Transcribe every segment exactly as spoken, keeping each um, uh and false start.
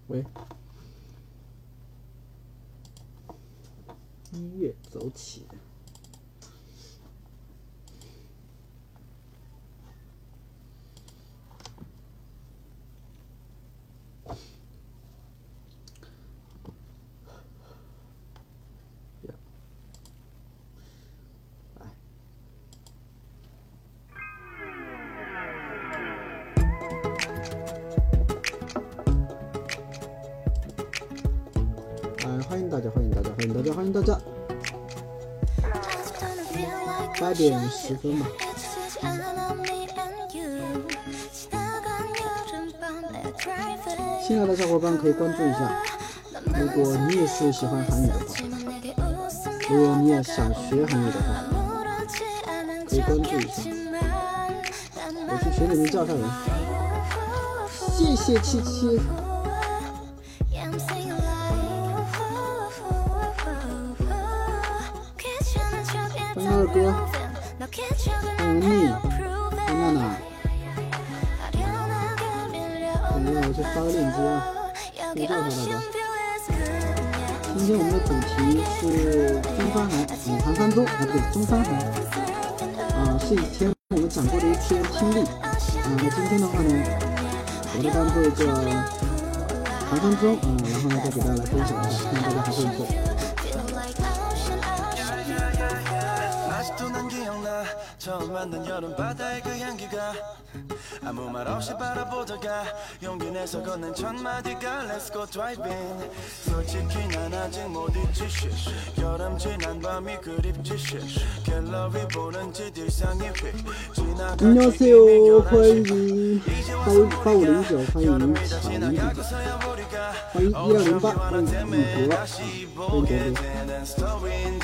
喂，音乐走起。欢迎大家，欢迎大家，欢迎大家，欢迎大家！八点十分吧。新来的小伙伴可以关注一下，如果你也是喜欢韩语的话，如果你也想学韩语的话，可以关注一下。我去群里面叫上人，谢谢七七。二哥，欢迎你，欢迎娜娜。等一下，我去发个链接啊，互动一下大家。今天我们的主题是中翻韩，嗯，韩翻中，啊不对，中翻韩，啊是以前我们讲过的一篇听力，啊那今天的话呢，我就当做一个韩翻中，啊然后呢再给大家来分享一下，看大家还会不会。 처음 만난 여름 바다의 그 향기가 아무 말 없이 바라보다가 용기 내서 건넨 첫 마디가 Let's go driving 솔직히 난 아직 못 잊지 shit 여름 지난 밤이 그립지 shit 갤러리 보는지 일상이 휙 지나가 안녕하세요 欢迎八五零九欢迎巧云欢迎一二零八欢迎雨博欢迎朵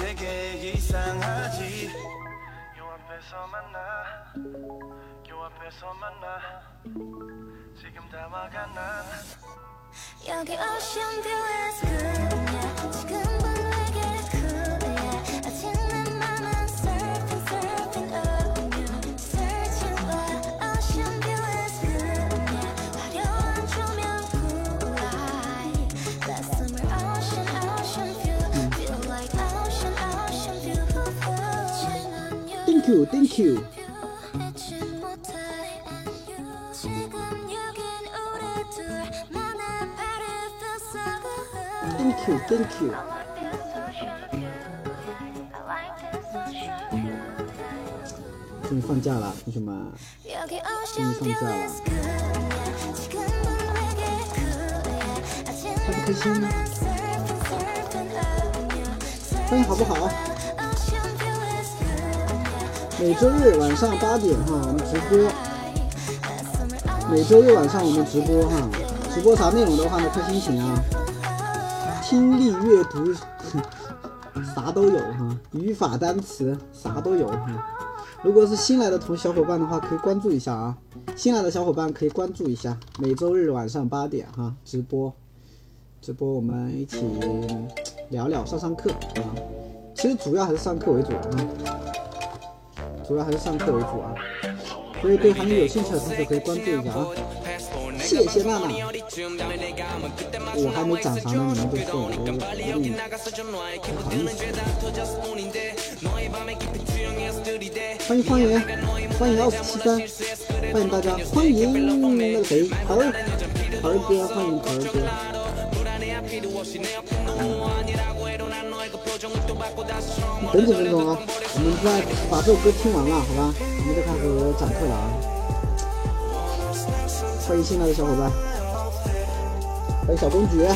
朵 앞에서 만나 요 앞에서 만나 지금 다 와가 난 여기 ocean view is good yeah 지금은 내게 cool yeah 아직 내 맘은 surfing surfing on you searching for ocean view is good yeah 화려한 조명 cool light that summer ocean ocean view feel like ocean ocean view Thank you, thank you. Thank you, thank you. 终于放假了，同学们，终于放假了，开不开心呢？欢迎好不好？ 每周日晚上八点哈，我们直播。每周日晚上我们直播哈，直播啥内容的话呢？看心情啊。听力、阅读，啥都有哈，语法、单词啥都有哈。如果是新来的同小伙伴的话，可以关注一下啊。新来的小伙伴可以关注一下，每周日晚上八点哈直播，直播我们一起聊聊、上上课啊。其实主要还是上课为主啊。 主要还是上课为主啊，所以对韩语有兴趣的同学可以关注一下啊。谢谢娜娜，我还没讲啥呢，你们就说我有点不好意思。欢迎方言，欢迎奥斯七三，欢迎大家，欢迎那个谁，桃儿，桃儿哥，欢迎桃儿哥。嗯 等几分钟啊，我们再把这首歌听完了，好吧？我们就开始讲课了啊！欢迎新来的小伙伴，欢迎小公举。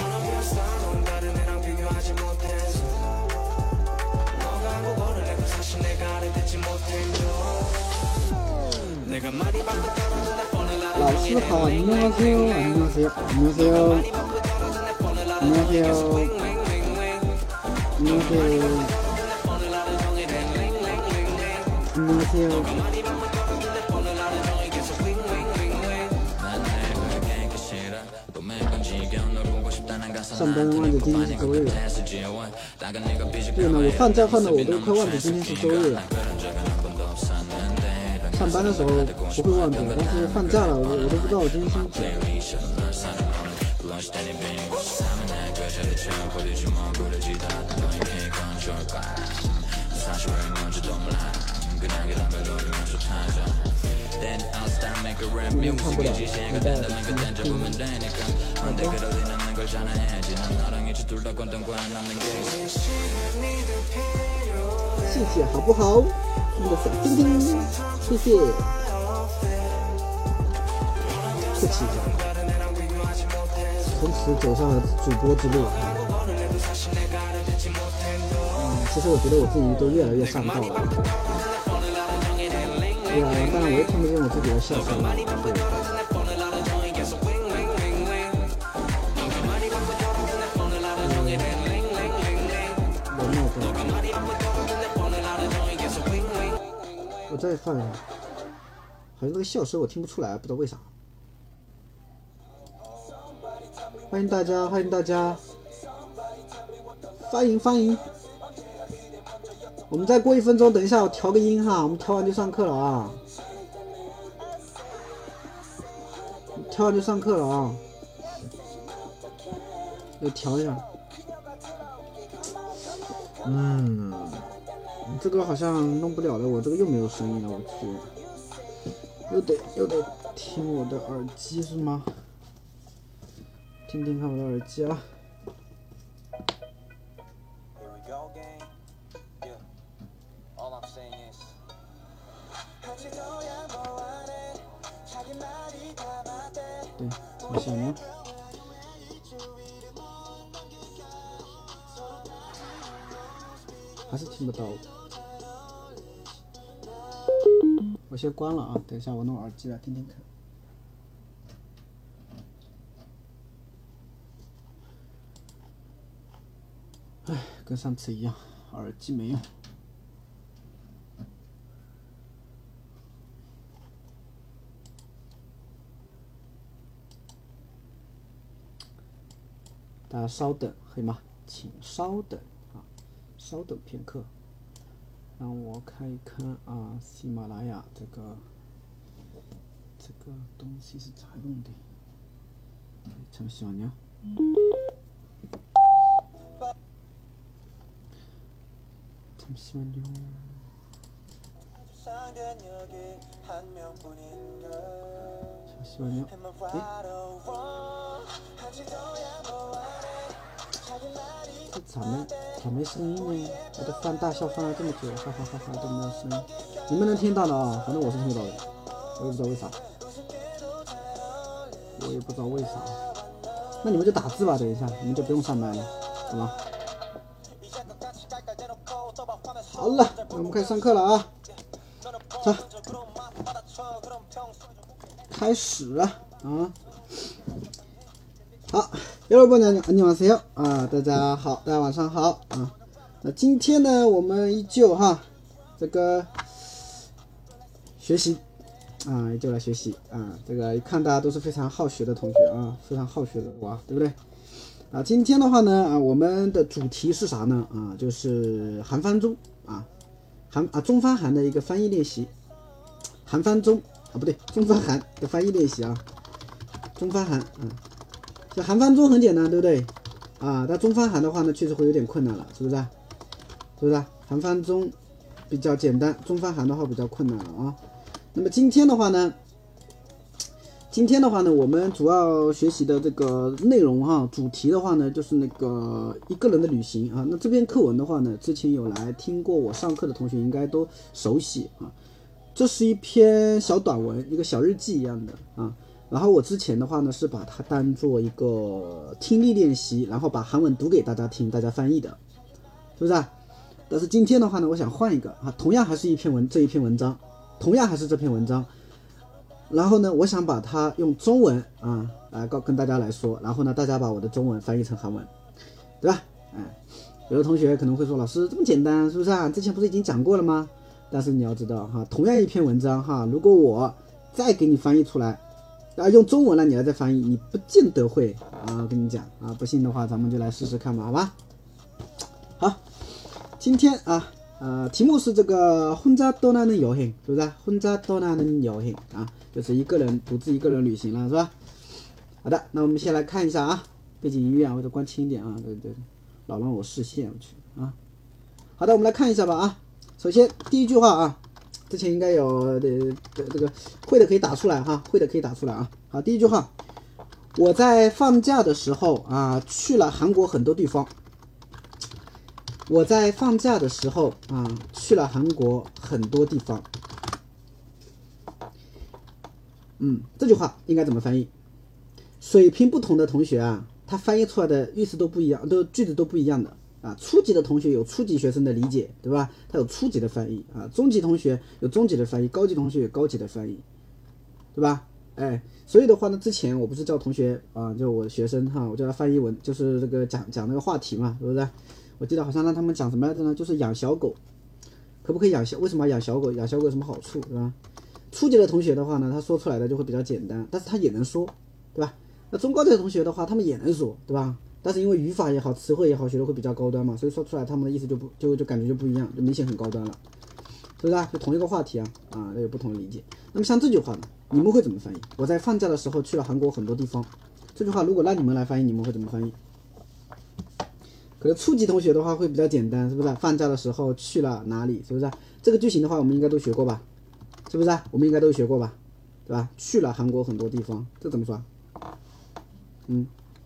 老师好，안녕하세요，안녕하세요，안녕하세요，안녕하세요，안녕하세요。 안녕하세요.上班忘记今天是周日了。对呢，我放假放的我都快忘记今天是周日了。上班的时候不会忘记，但是放假了我我都不知道我今天星期几。 你们看不了，我在听。谢谢，好不好？你的小星星，谢谢。客气一下，从此走上了主播之路。嗯，其实我觉得我自己都越来越上道了。对啊，但我又听不见我自己的笑声了。对。我再放一下，好像这个笑声我听不出来，不知道为啥。欢迎大家，欢迎大家，欢迎欢迎。我们再过一分钟，等一下我调个音哈，我们调完就上课了啊。调完就上课了啊。要调一下。嗯。这个好像弄不了了，我这个又没有声音了，我去，又得又得听我的耳机是吗？听听看我的耳机啊。对，不行吗？还是听不到。我先关了啊，等一下我弄耳机来听听看。哎，跟上次一样，耳机没用。大家稍等，可以吗？请稍等啊，稍等片刻。让我看一看啊，喜马拉雅这个这个东西是咋用的？잠시만요。잠시만요。잠시만요。哎。这咋没咋没声音呢？我都放大笑放了这么久，哈哈哈哈都没有声音。你们能听到的啊？反正我是听不到的，我也不知道为啥，我也不知道为啥。那你们就打字吧，等一下你们就不用上麦了，好吗？好了，那我们开始上课了啊！走，开始了啊！好。여러분 안녕하세요啊，大家好，大家晚上好啊。那今天呢，我们依旧哈，这个学习啊，依旧来学习啊。这个一看大家都是非常好学的同学啊，非常好学的哇，对不对？啊，今天的话呢啊，我们的主题是啥呢？啊，就是韩翻中啊，韩啊中翻韩的一个翻译练习，韩翻中啊不对，中翻韩的翻译练习啊，中翻韩嗯。这韩翻中很简单，对不对？啊，但中翻韩的话呢，确实会有点困难了，是不是？是不是？韩翻中比较简单，中翻韩的话比较困难了啊。那么今天的话呢，今天的话呢，我们主要学习的这个内容哈，主题的话呢，就是那个一个人的旅行啊。那这篇课文的话呢，之前有来听过我上课的同学应该都熟悉啊。这是一篇小短文，一个小日记一样的啊。然后我之前的话呢，是把它当做一个听力练习，然后把韩文读给大家听，大家翻译的，是不是啊？但是今天的话呢，我想换一个啊，同样还是一篇文，这一篇文章，同样还是这篇文章，然后呢，我想把它用中文啊来告跟大家来说，然后呢，大家把我的中文翻译成韩文，对吧？哎，有的同学可能会说，老师这么简单，是不是啊？之前不是已经讲过了吗？但是你要知道哈，同样一篇文章哈，如果我再给你翻译出来。啊，用中文了，你来再翻译，你不见得会啊！我跟你讲啊，不信的话，咱们就来试试看吧，好吧？好，今天啊，呃，题目是这个혼자 떠나는 여행，是不是？혼자 떠나는 여행啊，就是一个人独自一个人旅行了，是吧？ 好的，那我们先来看一下啊，背景音乐啊，我得关轻一点啊，对对对，老让我视线我去啊。好的，我们来看一下吧啊。首先第一句话啊，之前应该有的这个会的可以打出来哈，会的可以打出来啊。好，第一句话，我在放假的时候啊，去了韩国很多地方。我在放假的时候啊，去了韩国很多地方。嗯，这句话应该怎么翻译？水平不同的同学啊，他翻译出来的意思都不一样，都句子都不一样的啊。初级的同学有初级学生的理解，对吧？他有初级的翻译啊。中级同学有中级的翻译，高级同学有高级的翻译，对吧？哎，所以的话呢，之前我不是叫同学啊，就我的学生哈，我叫他翻译文，就是这个讲讲那个话题嘛，是不是？我记得好像让他们讲什么来着呢？就是养小狗，可不可以养小？为什么要养小狗？养小狗有什么好处，对吧？初级的同学的话呢，他说出来的就会比较简单，但是他也能说，对吧？那中高级的同学的话，他们也能说，对吧？但是因为语法也好，词汇也好，学的会比较高端嘛，所以说出来他们的意思就不就就感觉就不一样，就明显很高端了，是不是啊？就同一个话题啊，啊，有不同的理解。那么像这句话呢，你们会怎么翻译？我在放假的时候去了韩国很多地方。这句话如果让你们来翻译，你们会怎么翻译？可能初级同学的话会比较简单，是不是？放假的时候去了哪里？是不是？这个句型的话，我们应该都学过吧？是不是？我们应该都学过吧？对吧？去了韩国很多地方，这怎么说？嗯，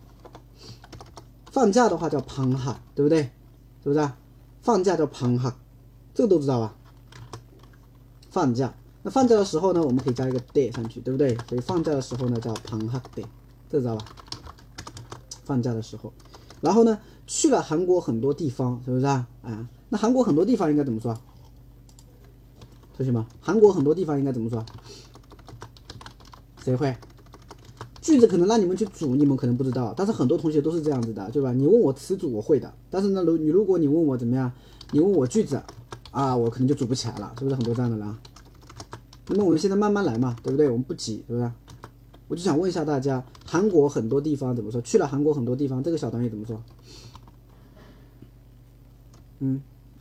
放假的话叫방학，对不对？是不是？放假叫방학，这个都知道吧？放假，那放假的时候呢，我们可以加一个때上去，对不对？所以放假的时候呢叫방학 때，这知道吧？放假的时候，然后呢？去了韩国很多地方，是不是啊？啊，那韩国很多地方应该怎么说？同学们，韩国很多地方应该怎么说？谁会？句子可能让你们去组，你们可能不知道，但是很多同学都是这样子的，对吧？你问我词组我会的，但是呢，如你如果你问我怎么样，你问我句子啊，我可能就组不起来了，是不是很多这样的人啊？那么我们现在慢慢来嘛，对不对？我们不急，是不是？我就想问一下大家，韩国很多地方怎么说？去了韩国很多地方，这个小短语怎么说？嗯，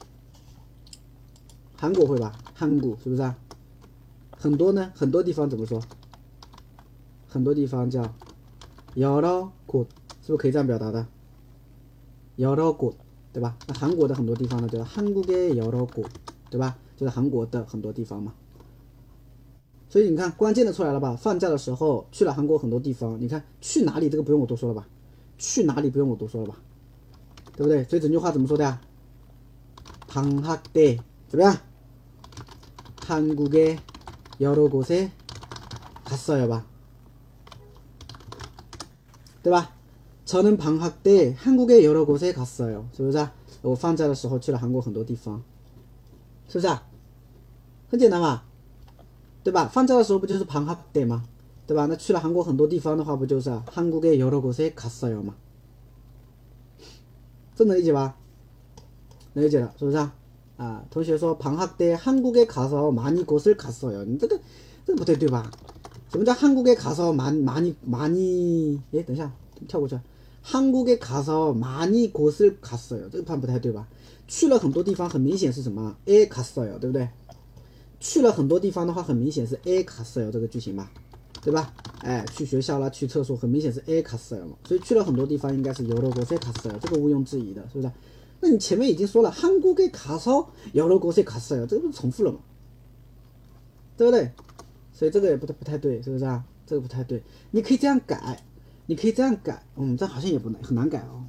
韩国会吧？韩国是不是啊？很多呢，很多地方怎么说？很多地方叫여러 곳，是不是可以这样表达的？여러 곳，对吧？那韩国的很多地方呢，叫한국의 여러 곳，对吧？就是韩国的很多地方嘛。所以你看，关键的出来了吧？放假的时候去了韩国很多地方，你看去哪里这个不用我多说了吧？去哪里不用我多说了吧？对不对？所以整句话怎么说的呀？방학 때怎么样？한국의 여러 곳에 갔어요吧，对吧？저는 방학 때 한국의 여러 곳에 갔어요，是不是？我放假的时候去了韩国很多地方，是不是？很简单吧？对吧？放假的时候不就是방학 때吗？对吧？那去了韩国很多地方的话，不就是한국의 여러 곳에 갔어요吗？这能理解吧？能理解了，是不是啊？啊，同学说방학 때 한국에 가서 많이 곳을 갔어요。你这个这个不对，对吧？什么叫한국에 가서 많이 많이 많이？哎，等一下，跳过去。한국에 가서 많이 곳을 갔어요。这个判不太对吧？去了很多地方，很明显是什么？에 갔어요，对不对？去了很多地方的话，很明显是에 갔어요这个句型吧，对吧？哎，去学校啦，去厕所，很明显是에 갔어요嘛。所以去了很多地方应该是여러 곳에 갔어요，这个毋庸置疑的，是不是？那你前面已经说了한국에 가서 여러 곳에 갔어요，这个不是重复了吗？对不对？所以这个也不不太对，是不是啊？这个不太对。你可以这样改，你可以这样改，嗯，这好像也不难，很难改哦。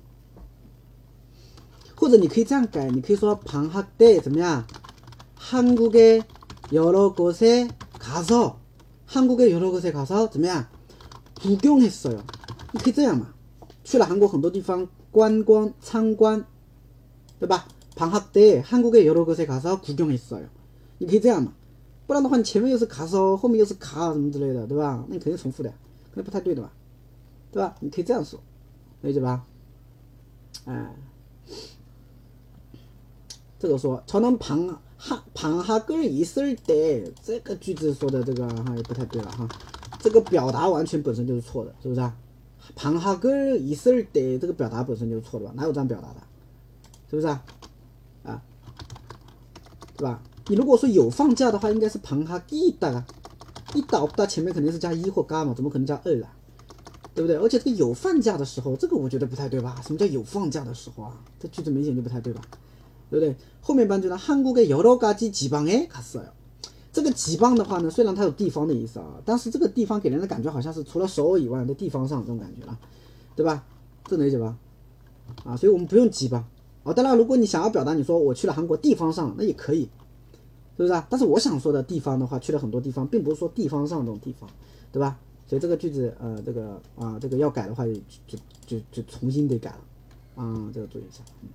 或者你可以这样改，你可以说방학 때怎么样？한국의 여러 곳에 가서 한국의 여러 곳에 가서怎么样？구경했어요。你可以这样嘛？去了韩国很多地方观光参观，对吧？방학 때 한국의 여러 곳에 가서 구경했어요。你可以这样嘛？不然的话，你前面又是가서，后面又是가什么之类的，对吧？那你肯定重复的，肯定不太对的吧？对吧？你可以这样说，理解吧？哎，这个说저는 방 방학을 있을 때，这个句子说的这个哈也不太对了哈，这个表达完全本身就是错的，是不是啊？방학을 있을 때这个表达本身就是错的吧？哪有这样表达的？是不是啊？啊，对吧？你如果说有放假的话，应该是방학이 있다가，있다 없다前面肯定是加一或嘎嘛，怎么可能加二啊？ 对不对？而且这个有放假的时候，这个我觉得不太对吧？什么叫有放假的时候啊？这句子明显就不太对吧？对不对？后面半句呢，한국의 여러 가지 지방에 갔어요。这个지방的话呢，虽然它有地方的意思啊，但是这个地方给人的感觉好像是除了首尔以外的地方上这种感觉了，对吧？这能理解吧？啊，所以我们不用지방啊。当然，如果你想要表达你说我去了韩国地方上，那也可以，是不是啊？但是我想说的地方的话，去了很多地方，并不是说地方上这种地方，对吧？所以这个句子，呃，这个啊，这个要改的话，就就就就重新得改了，啊，这个注意一下。嗯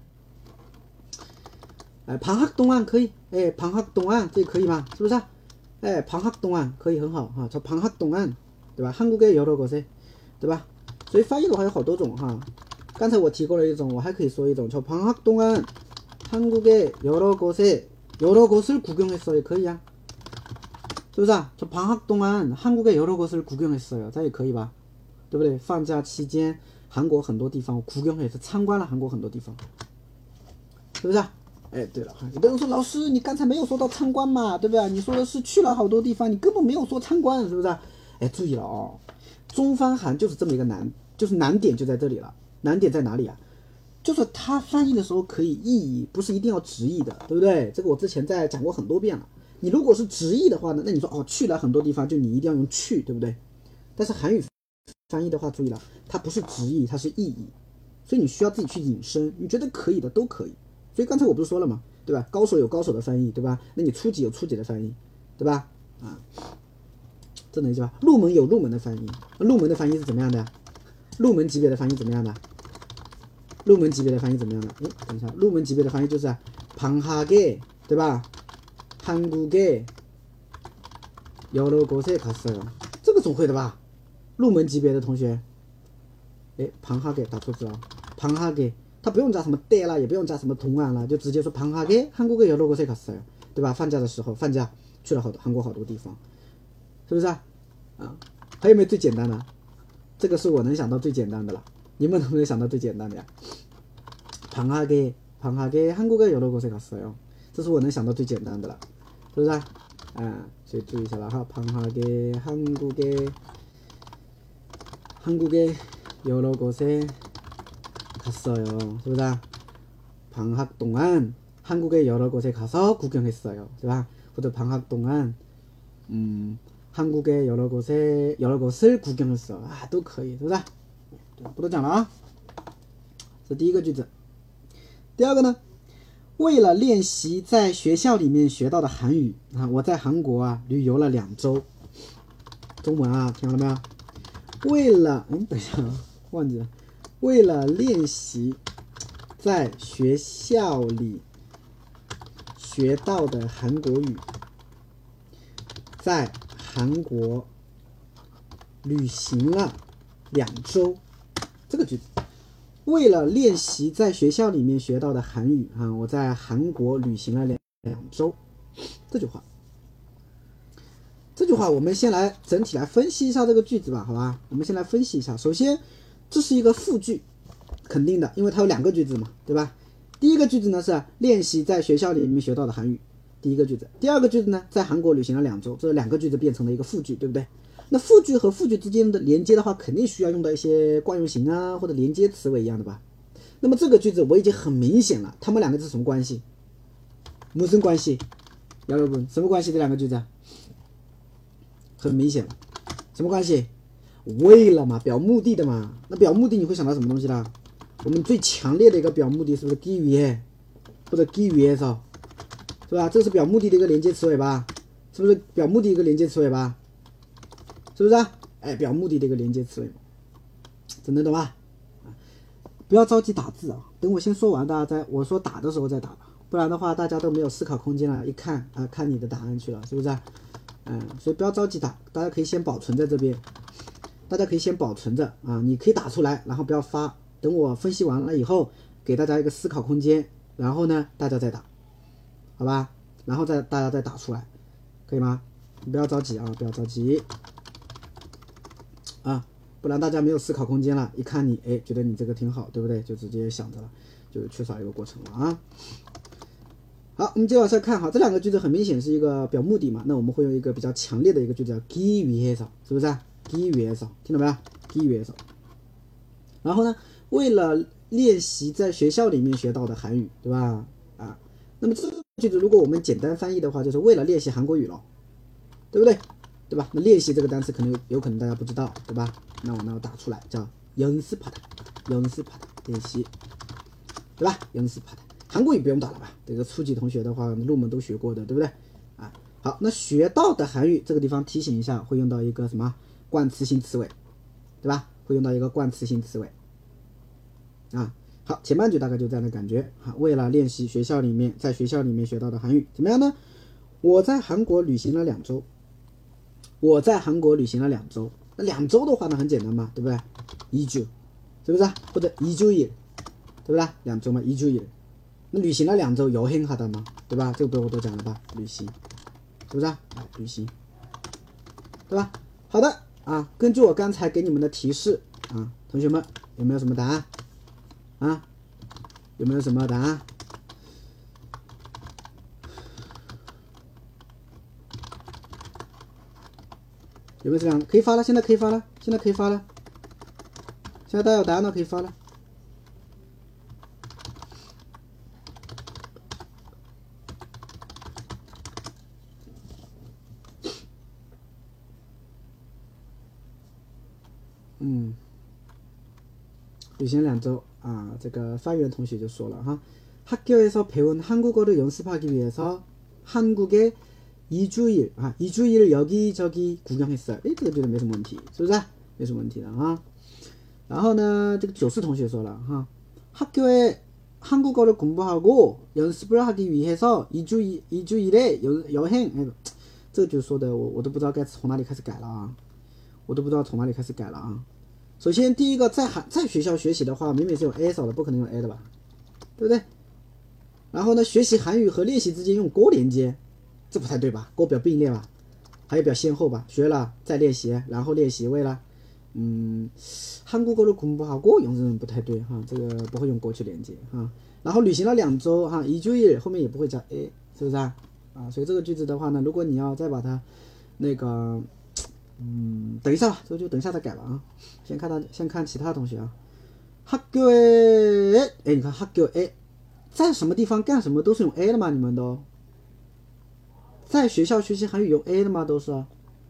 哎，방학동안可以，哎，방학동안这可以吗？是不是啊？哎，방학동안可以很好哈，叫방학동안，对吧？한국의 여러 곳에，对吧？所以翻译的话有好多种哈。刚才我提过了一种，我还可以说一种叫방학동안 한국의 여러 곳에 여러 곳을 구경했어也可以啊，是不是啊？저 방학동안 한국의 여러 곳을 구경했어요，这也可以吧？对不对？放假期间，韩国很多地方구경也是参观了韩国很多地方，是不是啊？哎，对了，有的人说老师，你刚才没有说到参观嘛，对不对？你说的是去了好多地方，你根本没有说参观，是不是？哎，注意了哦，中翻韩就是这么一个难，就是难点就在这里了。难点在哪里啊？就是它翻译的时候可以意译，不是一定要直译的，对不对？这个我之前在讲过很多遍了。你如果是直译的话呢，那你说哦去了很多地方，就你一定要用去，对不对？但是韩语翻译的话，注意了，它不是直译，它是意译，所以你需要自己去引申。你觉得可以的都可以。所以刚才我不是说了吗？对吧？高手有高手的翻译，对吧？那你初级有初级的翻译，对吧？啊，这能理解吧？入门有入门的翻译，入门的翻译是怎么样的？入门级别的翻译怎么样的？入门级别的翻译怎么样的？哎，等一下，入门级别的翻译就是방학에，对吧？한국에 여러 곳에 갔어요，这个总会的吧？入门级别的同学，哎，방학에打错字啊，방학에。他不用加什么때啦，也不用加什么同案啦，就直接说방학에 한국의 여러 곳에 갔어요，对吧？放假的时候，放假去了好多韩国好多地方，是不是啊？啊，还有没有最简单的？这个是我能想到最简单的了，你们能不能想到最简单的呀？방학에 방학에 한국의 여러 곳에 갔어요，这是我能想到最简单的了，是不是啊？啊，所以注意一下了哈，방학에 한국의 한국의 여러 곳에 갔어요，是不是啊？방학 동안 한국의 여러 곳에 가서 구경했어요，对吧？或者방학 동안嗯 한국의 여러 곳에 여러 곳을 구경했어啊，都可以，是不是？不多讲了啊。这第一个句子。第二个呢，为了练习在学校里面学到的韩语啊，我在韩国啊旅游了两周。中文啊，听好了没有？为了，嗯，等一下啊，忘记了。为了练习在学校里学到的韩国语，在韩国旅行了两周。这个句子，为了练习在学校里面学到的韩语啊，我在韩国旅行了两两周。这句话，这句话我们先来整体来分析一下这个句子吧，好吧？我们先来分析一下。首先，这是一个复句，肯定的，因为它有两个句子嘛，对吧？第一个句子呢是练习在学校里面学到的韩语，第一个句子。第二个句子呢，在韩国旅行了两周，这两个句子变成了一个复句，对不对？那复句和复句之间的连接的话，肯定需要用到一些惯用型啊，或者连接词尾一样的吧？那么这个句子我已经很明显了，它们两个是什么关系？무슨关系？여러분，什么关系？这两个句子很明显了，什么关系？为了嘛，表目的的嘛。那表目的你会想到什么东西啦？我们最强烈的一个表目的是不是基위에或者基위에서，是吧？这是表目的的一个连接词尾吧？是不是表目的一个连接词尾吧？是不是啊？哎，表目的的一个连接词尾，真的懂吧？不要着急打字啊，等我先说完，大家再我说打的时候再打吧，不然的话大家都没有思考空间了，一看啊，看你的答案去了，是不是啊？嗯，所以不要着急打，大家可以先保存在这边。大家可以先保存着啊，你可以打出来，然后不要发，等我分析完了以后，给大家一个思考空间，然后呢，大家再打，好吧？然后再大家再打出来，可以吗？你不要着急啊，不要着急啊，不然大家没有思考空间了，一看你，哎，觉得你这个挺好，对不对？就直接想着了，就缺少一个过程了啊。好，我们接着往下看哈，这两个句子很明显是一个表目的嘛，那我们会用一个比较强烈的一个句子叫基위해서，是不是啊？基위해서听到没有？基위해서 然后呢，为了练习在学校里面学到的韩语，对吧？啊，那么这个句子如果我们简单翻译的话，就是为了练习韩国语了，对不对？对吧？那练习这个单词可能有有可能大家不知道，对吧？那我呢打出来叫연습하다，연습하다练习，对吧？연습하다韩国语不用打了吧？这个初级同学的话，入门都学过的，对不对？啊，好，那学到的韩语这个地方提醒一下，会用到一个什么冠词性词尾，对吧？会用到一个冠词性词尾。啊，好，前半句大概就这样的感觉啊。为了练习学校里面在学校里面学到的韩语，怎么样呢？我在韩国旅行了两周。我在韩国旅行了两周，那两周的话呢，很简单嘛，对不对？一주，是不是？或者一주 일，对不对？两周嘛，一주 일。那旅行了两周，여행하다嘛，对吧？这个不用我多讲了吧？旅行，是不是？哎，旅行，对吧？好的啊，根据我刚才给你们的提示啊，同学们有没有什么答案啊？有没有什么答案？有没有这样？可以发了，现在可以发了，现在可以发了，现在大家有答案了，可以发了。嗯，旅行两周啊，这个范源同学就说了哈，학교에서 배운 한국어를 연습하기 위해서 한국에 이 주일啊，一주일 여기저기 구경했어요。哎，这个觉得没什么问题，是不是？没什么问题的啊。然后呢，这个九四同学说了哈，학교에 한국어를 공부하고 연습을 하기 위해서 이 주 이 주일에 여행。哎，这就说的我我都不知道该从哪里开始改了啊，我都不知道从哪里开始改了啊。首先第一个，在韩在学校学习的话，明明是用 a 少的，不可能用 a 的吧，对不对？然后呢，学习韩语和练习之间用过连接。这不太对吧？过表并列吧，还有表先后吧。学了再练习，然后练习为了，嗯，한국어를 공부하고用这不太对哈，这个不会用过去连接哈。然后旅行了两周哈，一주 일后面也不会加 a， 是不是啊？啊，所以这个句子的话呢，如果你要再把它那个，嗯，等一下吧，这个就等一下再改了啊。先看到先看其他同学啊，학교에，哎，你看학교에在什么地方干什么都是用 a 的吗？你们都？在学校学习韩语用 a 的吗？都是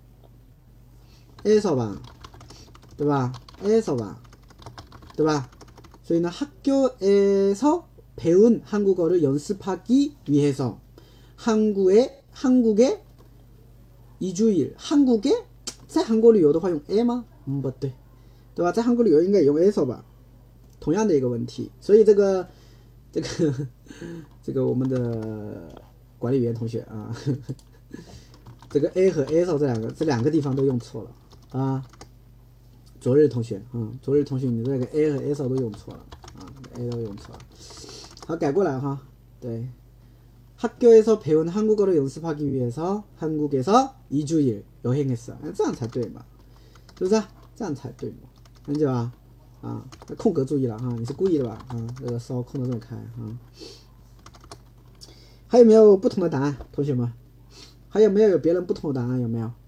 a 少吧，对吧 ？a 少吧，对吧？所以呢，학교에서 배운 한국어를 연습하기 위해서 한국에 한국에 이 주 일 한국에在韩国旅游的话用 a 吗？嗯，不对，对吧？在韩国旅游应该用 a 少吧？同样的一个问题，所以这个这个这个我们的。管理员同学啊，呵呵这个 a 和 a 少这两个这两个地方都用错了啊。昨日同学啊，昨日同学你这个 a 和 a 少都用错了啊 ，a 都用错了。好，改过来哈。对，학교에서 배운 한국어를 연습하기 위해서 한국에서 이 주 일 여행했어。这样才对嘛，是不是？这样才对嘛，理解吧？啊，空格注意了哈，你是故意的吧？啊，这个稍空的这么开啊。还有没有不同的答案，同学们？还有没有有别人不同的答案？有没有？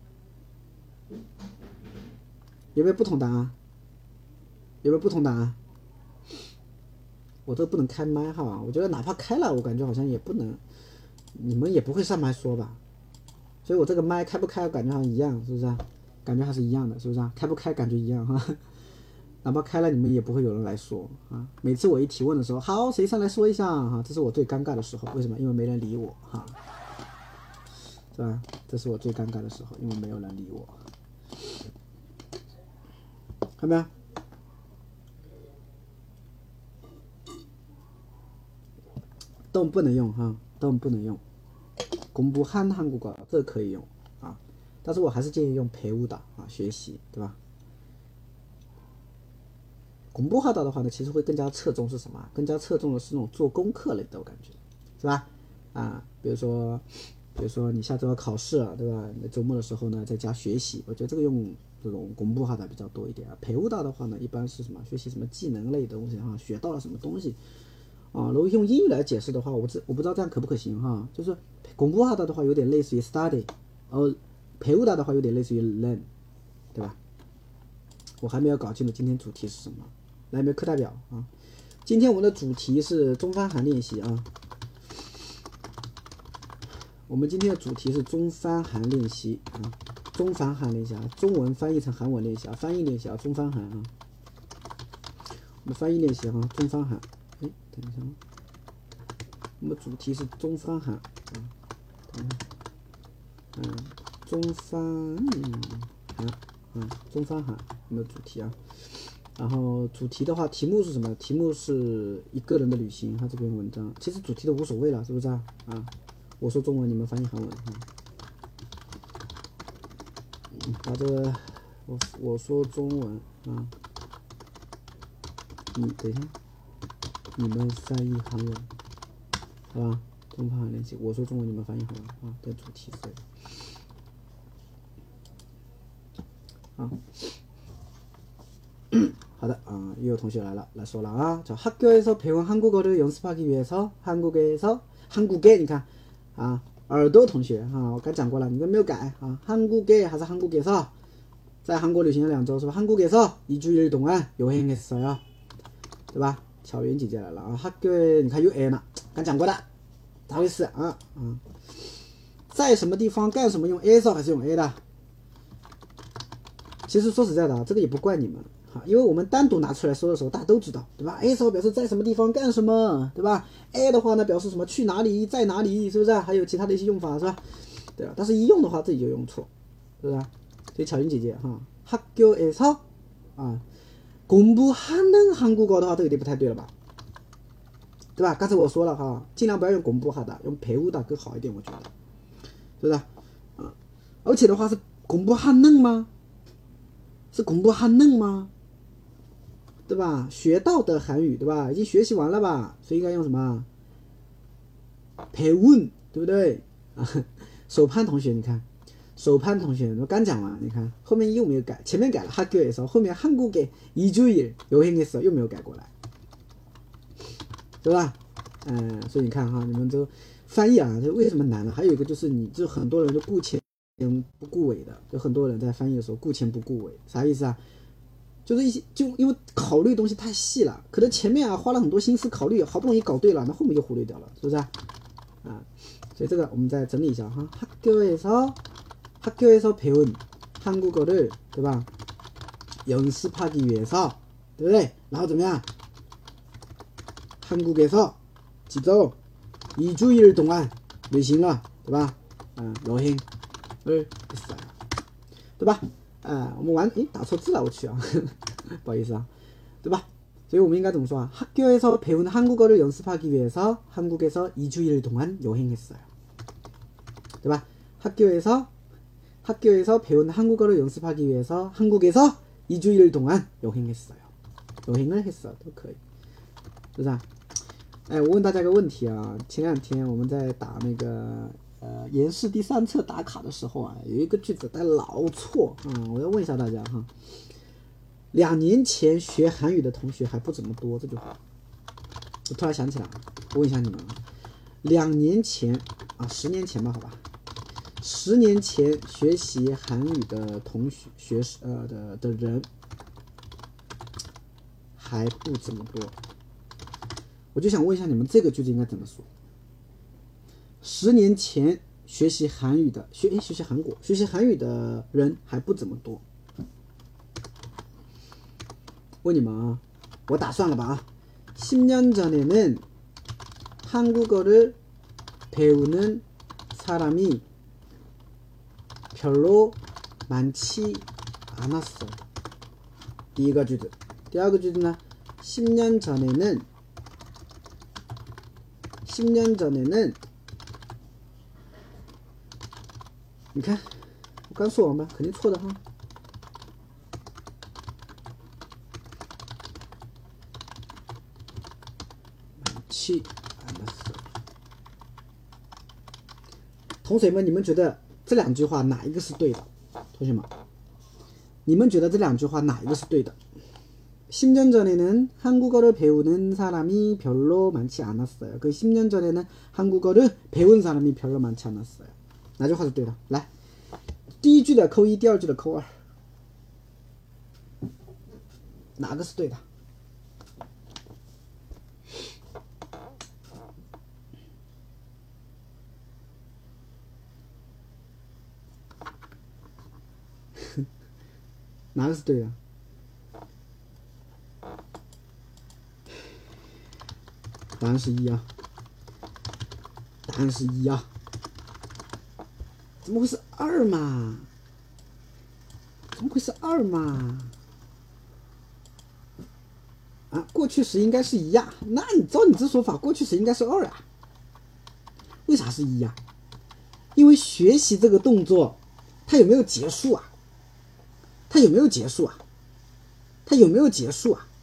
有没有不同答案？有没有不同答案？我这不能开麦哈，我觉得哪怕开了，我感觉好像也不能，你们也不会上麦说吧？所以我这个麦开不开，我感觉好像一样，是不是啊？感觉还是一样的，是不是啊？开不开感觉一样哈。哪怕开了，你们也不会有人来说啊。每次我一提问的时候，好，谁上来说一下哈？这是我最尴尬的时候。为什么？因为没人理我哈，是吧？这是我最尴尬的时候，因为没有人理我。看没有？动不能用哈，动不能用。공부한 한국어这个可以用啊，但是我还是建议用배우다啊，学习，对吧？공부하다的话呢，其实会更加侧重是什么？更加侧重的是那种做功课类的，我感觉，是吧？啊，比如说，比如说你下周要考试了，对吧？那周末的时候呢，在家学习，我觉得这个用这种공부하다比较多一点啊。배우다的话呢，一般是什么？学习什么技能类的东西哈，学到了什么东西啊？如果用英语来解释的话，我不我不知道这样可不可行哈？就是 공부하다的话，有点类似于 study， 而 배우다的话，有点类似于 learn， 对吧？我还没有搞清楚今天主题是什么。 来，有没有课代表啊？今天我们的主题是中翻韩练习啊。我们今天的主题是中翻韩练习啊，中翻韩练习啊，中文翻译成韩文练习啊，翻译练习啊，中翻韩啊。我们翻译练习哈，中翻韩。哎，等一下，我们主题是中翻韩啊，等一下，嗯，中翻韩啊，中翻韩，我们的主题啊。然后主题的话，题目是什么？题目是一个人的旅行。他这篇文章其实主题都无所谓了，是不是啊？啊，我说中文，你们翻译韩文啊。嗯，把这个我我说中文啊，你等一下，你们翻译韩文，好吧？中翻韩练习，我说中文，你们翻译韩文啊。的主题是这个啊。好的啊，又有同学来了，来说了啊，자 학교에서 배운 한국어를 연습하기 위해서 한국에서 한국에，你看啊，耳朵同学啊，我刚讲过了，你们没有改啊，한국에还是한국에서，在韩国旅行了两周是吧？한국에서 이주일 동안 여행했어요，对吧？巧云姐姐来了啊，학교에你看又 a 了，刚讲过的，咋回事啊？啊，在什么地方干什么用 에서还是用 a 的？其实说实在的啊，这个也不怪你们。因为我们单独拿出来说的时候，大家都知道，对吧 ？A 时候表示在什么地方干什么，对吧 ？A 的话呢，表示什么去哪里，在哪里，是不是？还有其他的一些用法，是吧？对吧？但是一用的话，自己就用错，是不是？所以巧云姐姐哈，학교에서啊，공부하는 한국어的话，都有点不太对了吧？对吧？刚才我说了哈，尽量不要用공부하다，用배우다更好一点，我觉得，是不是？啊，而且的话是공부하는吗？是공부하는吗？对吧？学到的韩语，对吧？已经学习完了吧？所以应该用什么？배운，对不对？啊，手潘同学，你看，手潘同学，我刚讲完，你看后面又没有改，前面改了학교에서，后面한국에 이주일 여행했어又没有改过来，对吧？嗯，所以你看哈，你们这翻译啊，这为什么难呢？还有一个就是你，就很多人就顾前不顾尾的，就很多人在翻译的时候顾前不顾尾，啥意思啊？就是一些就因为考虑东西太细了，可能前面啊花了很多心思考虑，好不容易搞对了，那后面就忽略掉了，是不是啊？啊，所以这个我们再整理一下哈。학교에서 학교에서 배운 한국어를，对吧？연습하기 위해서，对不对？然后怎么样？한국에서 지금 이주일 동안旅行了，对吧？啊，여행을 했어요，对吧？啊，我们完，诶，打错字了，我去啊，不好意思啊，对吧？所以我们应该怎么说啊？학교에서 배운 한국어를 연습하기 위해서 한국에서 이주일 동안 여행했어요，对吧？학교에서 학교에서 배운 한국어를 연습하기 위해서 한국에서 이주일 동안 여행했어요， 여행을 했어都可以，是不是啊？哎，我问大家一个问题啊，前两天我们在打那个。呃，延试第三册打卡的时候啊，有一个句子带老错啊、嗯，我要问一下大家哈。两年前学韩语的同学还不怎么多，这句话，我突然想起来了，我问一下你们啊，两年前啊，十年前吧，好吧，十年前学习韩语的同学学呃的的人还不怎么多，我就想问一下你们这个句子应该怎么说？十年前学习韩语的学学习韩国学习韩语的人还不怎么多。问你们啊，我打算了吧啊，십 년 전에는 한국어를 배우는 사람이 별로 많지 않았어。第一个句子，第二个句子呢？십 년 전에는 십 년 전에는你看，我刚说完吧，肯定错的哈。七，同学们，你们觉得这两句话哪一个是对的？同学们，你们觉得这两句话哪一个是对的？십 년 전에는 한국어를 배우는 사람이 별로 많지 않았어요. 그 십 년 전에는 한국어를 배운 사람이 별로 많지 않았어요. 哪句话是对的？来，第一句的扣一，第二句的扣二，哪个是对的？ 哪个是对的？答案是一啊，答案是一啊，怎么会是二嘛？怎么会是二嘛？啊，过去时应该是一呀，那你照你这说法，过去时应该是二啊。为啥是一呀？因为学习这个动作，它有没有结束啊？它有没有结束啊？它有没有结束啊？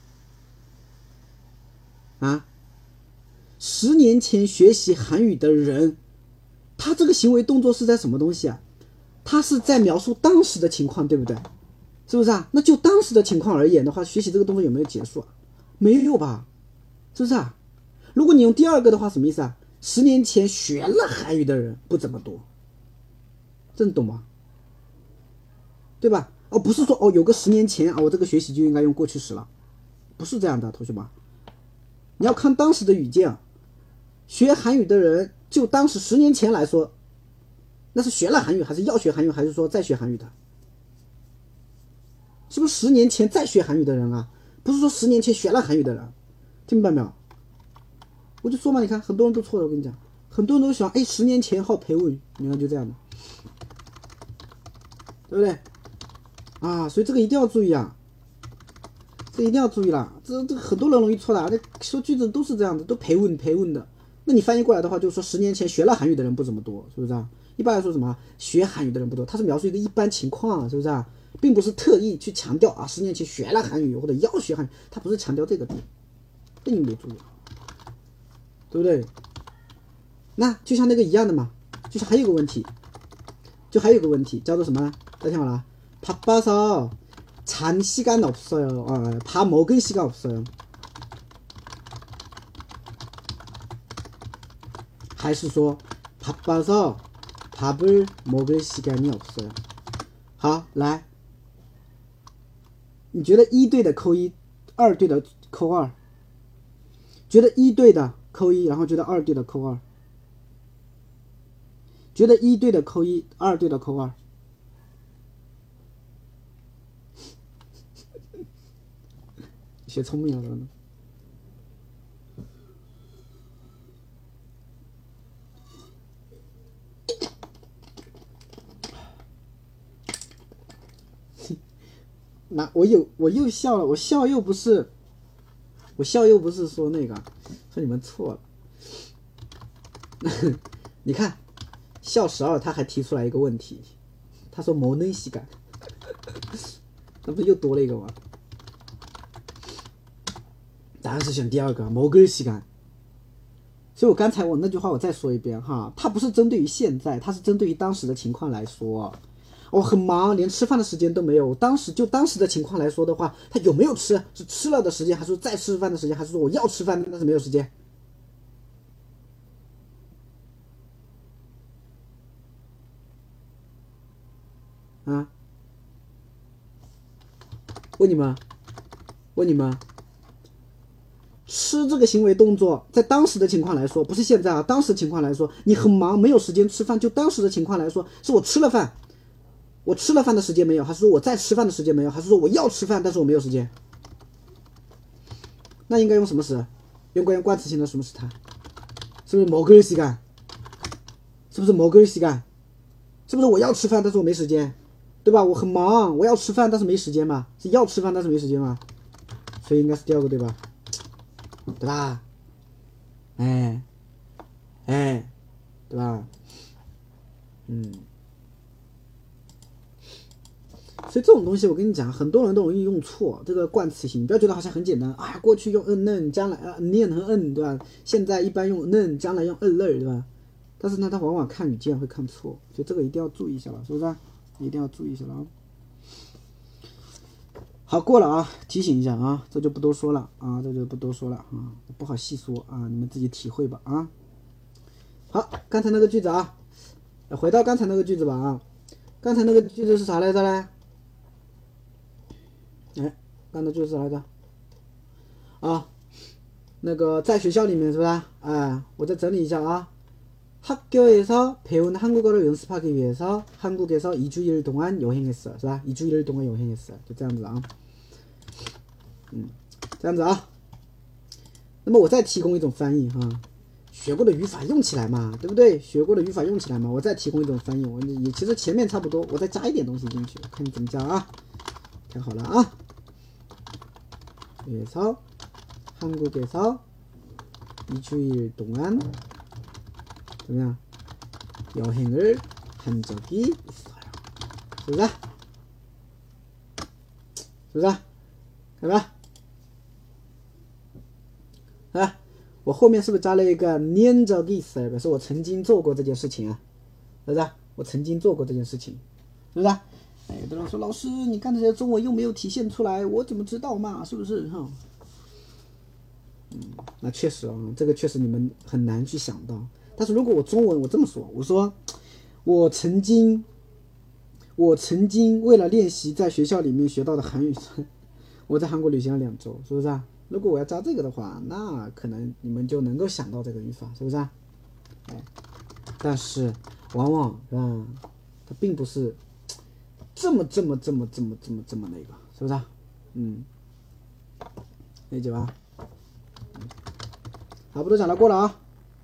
啊？十年前学习韩语的人，他这个行为动作是在什么东西啊？他是在描述当时的情况，对不对？是不是啊？那就当时的情况而言的话，学习这个动作有没有结束啊？没有吧？是不是啊？如果你用第二个的话，什么意思啊？十年前学了韩语的人不怎么多，这你懂吗？对吧？哦，不是说哦，有个十年前啊，我这个学习就应该用过去时了，不是这样的，同学们。你要看当时的语境啊。学韩语的人，就当时十年前来说，那是学了韩语，还是要学韩语，还是说在学韩语的？是不是十年前在学韩语的人啊？不是说十年前学了韩语的人，听明白没有？我就说嘛，你看很多人都错了，我跟你讲，很多人都想，哎，十年前好陪问，你看就这样的，对不对？啊，所以这个一定要注意啊，这一定要注意啦，这这很多人容易错的，这说句子都是这样的，都陪问陪问的。那你翻译过来的话，就是说十年前学了韩语的人不怎么多，是不是啊？一般来说什么学韩语的人不多，它是描述一个一般情况，是不是啊？并不是特意去强调啊，十年前学了韩语或者要学韩语，它不是强调这个点，这你没注意，对不对？那就像那个一样的嘛，就是还有个问题，就还有个问题叫做什么？大家听好了，바빠서 잔 시간 없어요. 어, 밥 먹을 시간 없어요. 还是说 바빠서 밥을 먹을 시간이 없어요. 好，来，你觉得一对的扣一，二对的扣二，觉得一对的扣一，然后觉得二对的扣二，觉得一对的扣一，二对的扣二。学聪明了呢。那我有我又笑了，我笑又不是，我笑又不是说那个，说你们错了。你看，笑十二他还提出来一个问题，他说某能西感，那不又多了一个吗？答案是选第二个，某根西感。所以我刚才我那句话我再说一遍哈，它不是针对于现在，它是针对于当时的情况来说。我、哦、很忙，连吃饭的时间都没有。当时就当时的情况来说的话，他有没有吃？是吃了的时间，还是说在吃饭的时间，还是说我要吃饭但是没有时间？啊？问你们，问你们，吃这个行为动作，在当时的情况来说，不是现在啊，当时情况来说，你很忙，没有时间吃饭，就当时的情况来说，是我吃了饭。我吃了饭的时间没有，还是说我在吃饭的时间没有，还是说我要吃饭但是我没有时间？那应该用什么时？用关于冠词性的什么时态？是不是某个时间？是不是某个时间？是不是我要吃饭但是我没时间？对吧？我很忙，我要吃饭但是没时间嘛？是要吃饭但是没时间嘛？所以应该是第二个对吧？对吧？哎，哎，对吧？嗯。所以这种东西我跟你讲，很多人都容易用错这个冠词性，你不要觉得好像很简单啊，过去用嗯嫩，将来啊念和嗯，对吧？现在一般用嫩，将来用嗯类，对吧？但是呢，它往往看语境会看错，所以这个一定要注意一下了，是不是、啊？一定要注意一下了啊。好，过了啊，提醒一下啊，这就不多说了啊，这就不多说了啊，不好细说啊，你们自己体会吧啊。好，刚才那个句子啊，回到刚才那个句子吧啊，刚才那个句子是啥来着嘞？哎，刚才就是来的啊，那个在学校里面是不是？哎，我再整理一下啊。 학교에서 배운 한국어를 연습하기 위해서 한국에서 이 주일 동안 여행했어요，是吧？ 이 주일 동안 여행했어요，就这样子啊。嗯，这样子啊。那么我再提供一种翻译哈，学过的语法用起来嘛，对不对？学过的语法用起来嘛，我再提供一种翻译，我也其实前面差不多，我再加一点东西进去，看你怎么加啊。看好了啊。그래서 한국에서 이 주일 동안 그냥 여행을 한 적이 있어요. 是不是？是不是？看吧，啊，我后面是不是加了一个念적이 있어요？表示我曾经做过这件事情啊，是不是？我曾经做过这件事情，是不是？哎，有的人说老师，你刚才的中文又没有体现出来，我怎么知道嘛？是不是？哈。嗯，那确实啊，这个确实你们很难去想到。但是如果我中文我这么说，我说我曾经，我曾经为了练习在学校里面学到的韩语，我在韩国旅行了两周，是不是啊？如果我要加这个的话，那可能你们就能够想到这个语法，是不是啊？哎，但是往往是吧，它并不是这么这么这么这么这么这么那个，是不是啊？嗯，理解吧？差不多讲到过了啊。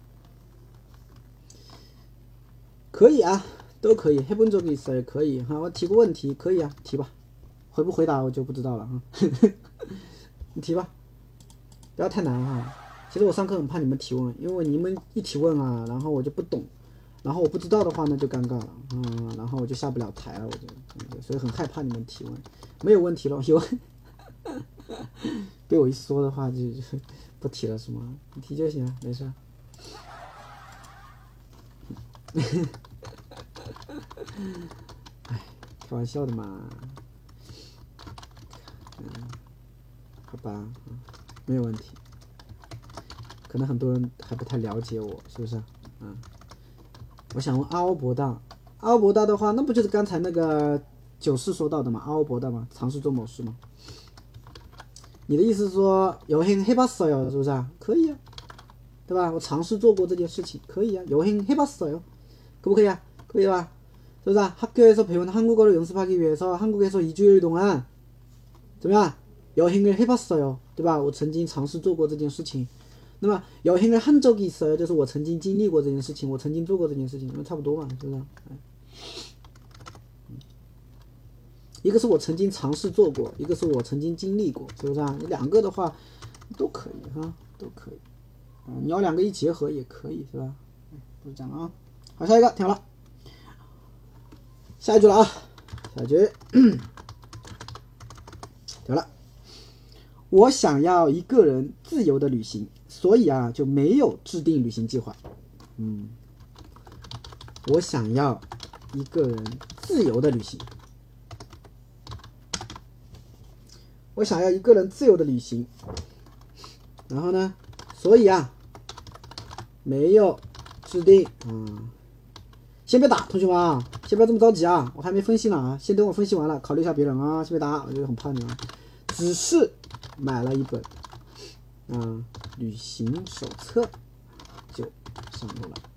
可以啊，都可以。해본 적이 있어요，可以哈。我提个问题，可以啊，提吧。回不回答我就不知道了啊。你提吧，不要太难哈。其实我上课很怕你们提问，因为你们一提问啊，然后我就不懂，然后我不知道的话呢就尴尬了，嗯，然后我就下不了台了，我就，所以很害怕你们提问。没有问题了，有。被我一说的话就就不提了是吗？你提就行了，没事。哎，开玩笑的嘛。嗯，好吧，没有问题。可能很多人还不太了解我，是不是？嗯，我想问阿欧博大，阿欧博大的话，那不就是刚才那个九世说到的嘛？阿欧博大嘛，尝试做某事嘛。你的意思是说여행해봤어요，是不是啊？可以啊，对吧？我尝试做过这件事情，可以啊。여행해봤어요，可不可以啊？可以吧？是不是啊？학교에서 배운 한국어를 연습하기 위해서 한국에서 이 주일 동안怎么样？여행을 해봤어요，对吧？我曾经尝试做过这件事情。那么여행을 한 적이 있어요，就是我曾经经历过这件事情，我曾经做过这件事情，那差不多嘛，是不是？一个是我曾经尝试做过，一个是我曾经经历过，是不是啊？两个的话都可以哈，都可以。嗯，你要两个一结合也可以，是吧？不是这样啊。好，下一个听好了，下一句了啊，下一句，听了。我想要一个人自由的旅行，所以啊就没有制定旅行计划。嗯，我想要一个人自由的旅行。我想要一个人自由的旅行，然后呢，所以啊，没有制定。嗯，先别打，同学们啊，先不要这么着急啊，我还没分析呢啊，先等我分析完了，考虑一下别人啊，先别打，我就很怕你啊。只是买了一本啊旅行手册，就上路了，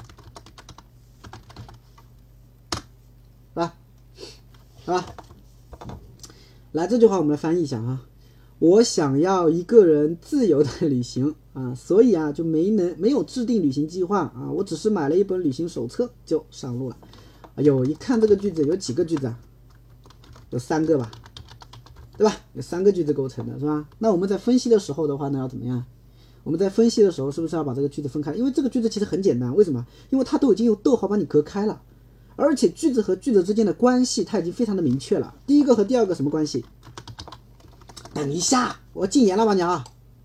来，好吧。来，这句话我们来翻译一下啊。我想要一个人自由的旅行啊，所以啊就没能没有制定旅行计划啊，我只是买了一本旅行手册就上路了。哎呦，一看这个句子有几个句子啊？有三个吧，对吧？有三个句子构成的是吧？那我们在分析的时候的话呢，要怎么样？我们在分析的时候是不是要把这个句子分开？因为这个句子其实很简单，为什么？因为它都已经用逗号把你隔开了。而且句子和句子之间的关系它已经非常的明确了。第一个和第二个什么关系？等一下，我禁言了吧你啊！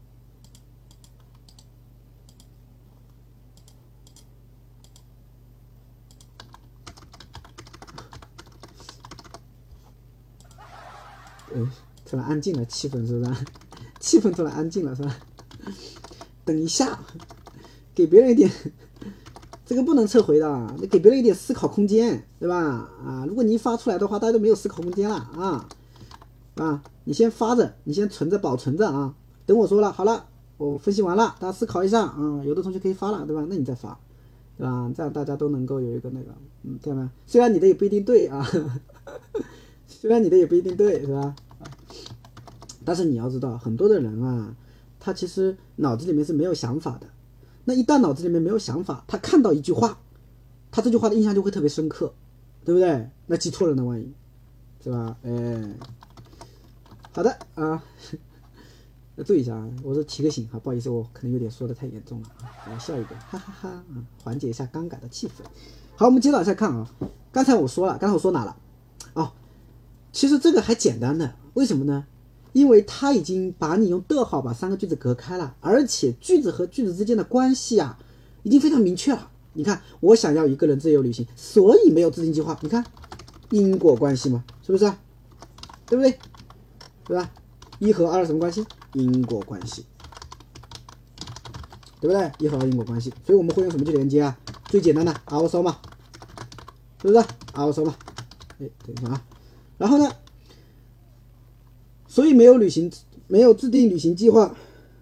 嗯，突然安静了，气氛是不是？气氛突然安静了是吧？等一下，给别人一点。这个不能撤回的，你给别人一点思考空间，对吧？啊，如果你一发出来的话，大家都没有思考空间了啊啊！你先发着，你先存着，保存着啊。等我说了，好了，我分析完了，大家思考一下啊。有的同学可以发了，对吧？那你再发， 对吧？这样大家都能够有一个那个，嗯，对吧？虽然你的也不一定对啊，虽然你的也不一定对，是吧？但是你要知道，很多的人啊，他其实脑子里面是没有想法的。那一旦脑子里面没有想法，他看到一句话，他这句话的印象就会特别深刻，对不对？那记错了呢，万一，是吧？哎，好的啊。要注意一下啊，我是提个醒哈，不好意思，我可能有点说的太严重了啊，我笑一个，哈哈哈啊，缓解一下尴尬的气氛。好，我们接着往下看啊，刚才我说了，刚才我说哪了？哦，其实这个还简单的，为什么呢？因为它已经把你用逗号把三个句子隔开了，而且句子和句子之间的关系啊，已经非常明确了。你看，我想要一个人自由旅行，所以没有制定计划。你看，因果关系嘛，是不是？对不对？对吧？一和二什么关系？因果关系，对不对？一和二因果关系，所以我们会用什么去连接啊？最简单的 also 嘛，是不是 also 嘛？哎，等一下啊，然后呢，所以没有旅行，没有制定旅行计划，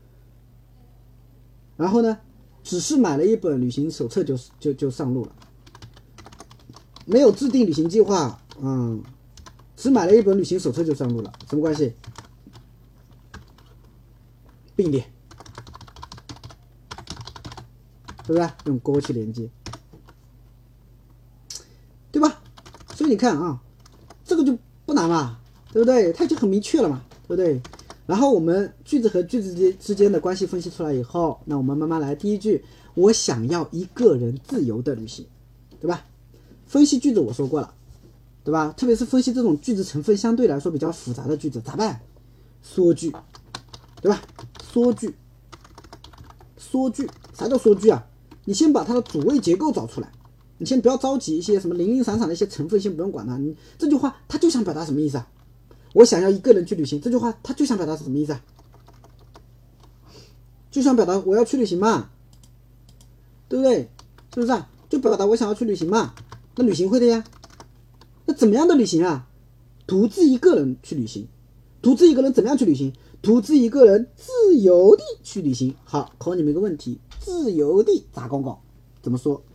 然后呢，只是买了一本旅行手册就就就上路了，没有制定旅行计划，嗯，只买了一本旅行手册就上路了，什么关系？并列，是不是用勾去连接，对吧？所以你看啊，这个就不难嘛，对不对？它就很明确了嘛，对不对？然后我们句子和句子之之间的关系分析出来以后，那我们慢慢来。第一句，我想要一个人自由的旅行，对吧？分析句子我说过了，对吧？特别是分析这种句子成分相对来说比较复杂的句子，咋办？缩句，对吧？缩句，缩句，啥叫缩句啊？你先把它的主谓结构找出来，你先不要着急一些什么零零散散的一些成分，先不用管它。你这句话它就想表达什么意思啊？我想要一个人去旅行，这句话它就想表达是什么意思啊？就想表达我要去旅行嘛，对不对？是不是啊？就表达我想要去旅行嘛。那旅行会的呀。那怎么样的旅行啊？独自一个人去旅行，独自一个人怎么样去旅行？独自一个人自由地去旅行。好，考你们一个问题，自由地咋公公？怎么说？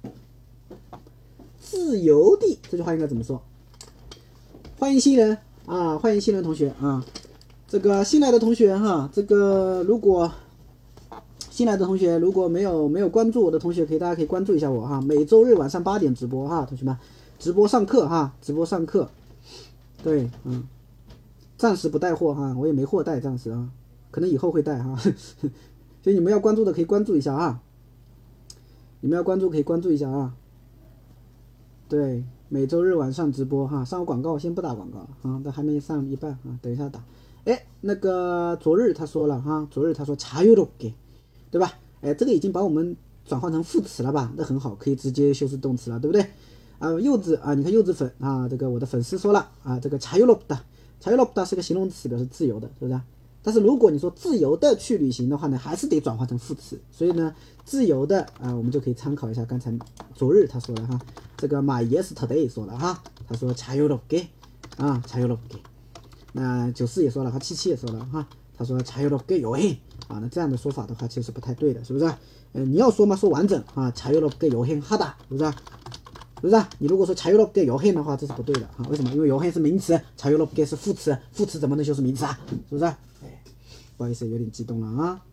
自由地这句话应该怎么说？欢迎新人啊，欢迎新人同学啊。这个新来的同学哈，这个如果新来的同学如果没有没有关注我的同学，可以大家可以关注一下我哈，每周日晚上八点直播哈，同学们，直播上课哈，直播上课，对，嗯。暂时不带货哈，我也没货带，暂时啊，可能以后会带哈，所以你们要关注的可以关注一下啊，你们要关注可以关注一下啊，对，每周日晚上直播哈，上个广告先不打广告啊，这还没上一半啊，等一下打。哎，那个昨日他说了哈，昨日他说茶油肉给，对吧？哎，这个已经把我们转换成副词了吧？那很好，可以直接修饰动词了，对不对？啊，柚子啊，你看柚子粉啊，这个我的粉丝说了啊，这个茶油肉的。茶油肉的是个形容词，表示自由的，是不是？但是如果你说自由的去旅行的话呢，还是得转换成副词。所以呢，自由的啊，我们就可以参考一下刚才昨日他说了哈，这个my yesterday说了哈，他说茶油肉给啊，茶油肉给。那九四也说了，哈，七七也说了哈，他说茶油肉给有嘿啊，那这样的说法的话，其实是不太对的，是不是？呃，你要说嘛，说完整啊，茶油肉给有嘿哈哒，是不是？是不是啊？你如果说茶油肉给油黑的话，这是不对的啊？为什么？因为油黑是名词，茶油肉给是副词，副词怎么能修饰名词啊？是不是？哎，不好意思，有点激动了啊。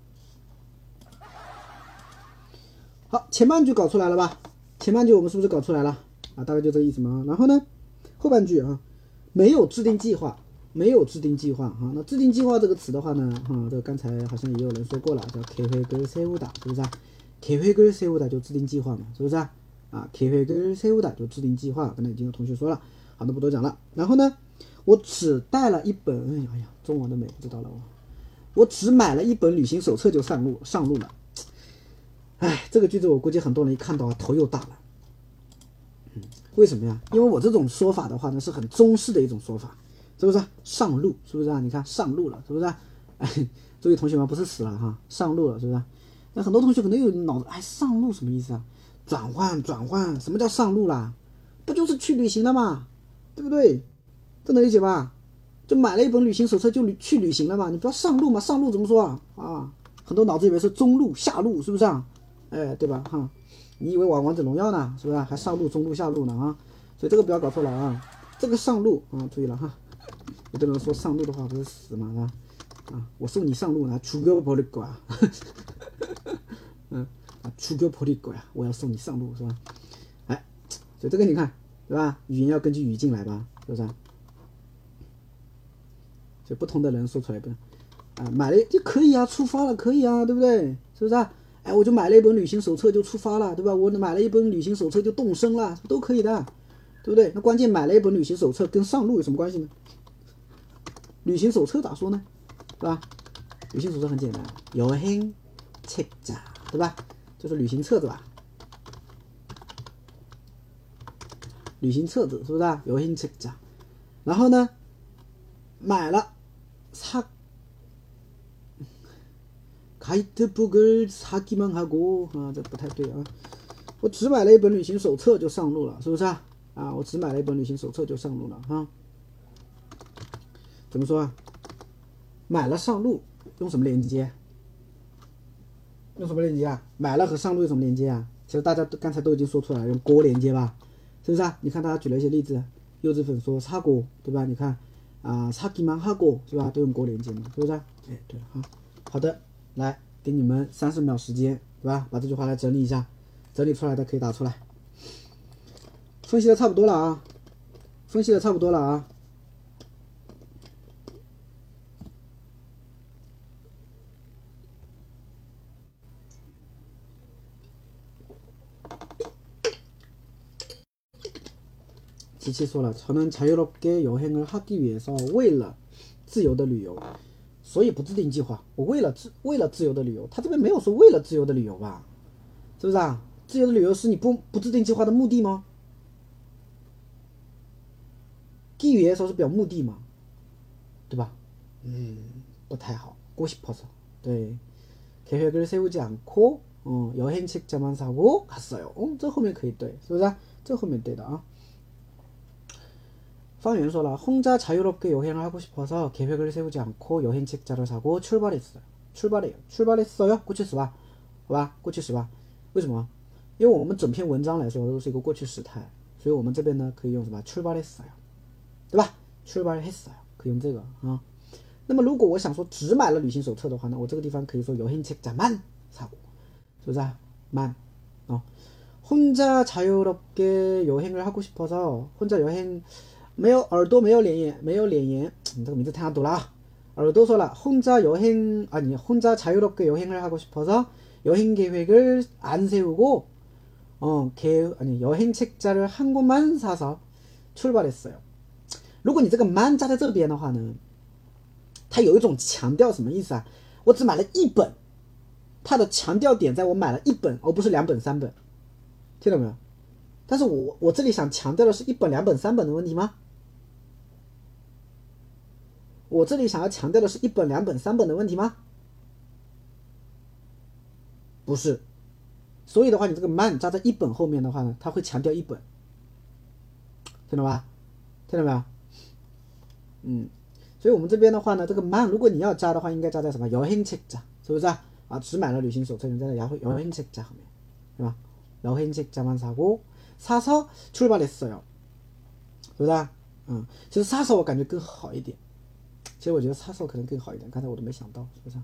好，前半句搞出来了吧？前半句我们是不是搞出来了啊？大概就这个意思嘛。然后呢，后半句啊，没有制定计划，没有制定计划啊。那制定计划这个词的话呢，哈，这个刚才好像也有人说过了，叫계획을세우다，是不是啊？계획을세우다就制定计划嘛，是不是啊？啊계획을세우다就制定计划，刚才已经有同学说了，好的不多讲了。然后呢，我只带了一本，哎呀，中文的美不知道了，我只买了一本旅行手册就上路上路了。哎，这个句子我估计很多人一看到啊头又大了。嗯，为什么呀？因为我这种说法的话呢，是很中式的一种说法，是不是？上路是不是啊？你看上路了，是不是？哎，注意同学们不是死了哈，上路了是不是？那很多同学可能有脑子，哎，上路什么意思啊？转换转换，什么叫上路啦？不就是去旅行了嘛，对不对？这能理解吧？就买了一本旅行手册就去旅行了嘛，你不要上路嘛，上路怎么说啊？啊，很多脑子以为是中路下路，是不是啊？哎，对吧？哈， 你以为玩王者荣耀呢，是不是？还上路、中路、下路呢啊？所以这个不要搞错了啊！这个上路啊，注意了哈。有的人说上路的话不是死吗？是吧？啊，我送你上路呢，죽여버릴거야。嗯，啊，죽여버릴거야，我要送你上路是吧？哎，所以这个你看，对吧？语言要根据语境来吧，是不是？就不同的人说出来不，啊，买了就可以啊，出发了可以啊，对不对？是不是啊？哎，我就买了一本旅行手册就出发了，对吧？我买了一本旅行手册就动身了，都可以的，对不对？那关键买了一本旅行手册跟上路有什么关系呢？旅行手册咋说呢？对吧？旅行手册很简单，여행 책자，对吧？就是旅行册子吧？旅行册子是不是啊？여행 책자。然后呢，买了사 가이드북을 사기만 하고啊，这不太对啊！我只买了一本旅行手册就上路了，是不是啊？啊，我只买了一本旅行手册就上路了啊！怎么说啊？买了上路用什么连接？用什么连接啊？买了和上路有什么连接啊？其实大家都刚才都已经说出来了，用锅连接吧，是不是啊？你看大家举了一些例子，柚子粉说擦锅，对吧？你看啊，擦기만 하고是吧？都用锅连接嘛，是不是啊？哎，对了哈，好的，来给你们三十秒时间，对吧？把这句话来整理一下，整理出来的可以打出来。分析的差不多了啊，分析的差不多了啊。机器说了，저는 자유롭게 여행을 하기 위해서 为了自由的旅游，所以不制定计划。我为了自为了自由的旅游，他这边没有说为了自由的旅游吧？是不是啊？自由的旅游是你不不制定计划的目的吗？기위해서是表目的嘛，对吧？嗯，不太好。고싶어서对，계획을 세우지 않고 어 여행 책자만 사고 갔어요。哦，这后面可以对，是不是啊？这后面对的啊。方圆说了，혼자 자유롭게 여행을 하고 싶어서 계획을 세우지 않고 여행 책자를 사고 출발했어요. 출발해요. 출발했어요. 过去时吧，好吧，过去时吧。为什么？因为我们整篇文章来说都是一个过去时态，所以我们这边呢可以用什么？ 출발했어요， 对吧？ 출발했어요， 可以用这个啊。那么如果我想说只买了旅行手册的话呢，我这个地方可以说여행 책자만 사고， 是不是啊？만 어。 혼자 자유롭게 여행을 하고 싶어서 혼자 여행。 没有耳朵，没有脸言，没有脸言，你这个名字太难读了啊！耳朵说了，혼자 여행 아니 혼자 자유롭게 여행을 하고 싶어서 여행 계획을 안 세우고 어, 계 아니 여행 책자를 한 권만 사서 출발했어요。 如果你这个만加在这边的话呢，它有一种强调什么意思啊？我只买了一本，它的强调点在我买了一本，而不是两本三本，听到没有？但是我我这里想强调的是一本两本三本的问题吗？我这里想要强调的是一本两本三本的问题吗？不是。所以的话，你这个만加在一本后面的话呢，它会强调一本，听懂吧？听到没有？嗯，所以我们这边的话呢，这个만如果你要加的话，应该加在什么여행 책자，是不是啊？啊，只买了旅行手册，你在여행 책자后面，对吧？여행 책자만 사고 사서 출발했어요，是不是啊？嗯，其实사서我感觉更好一点。其实我觉得사서可能更好一点，刚才我都没想到，是不是？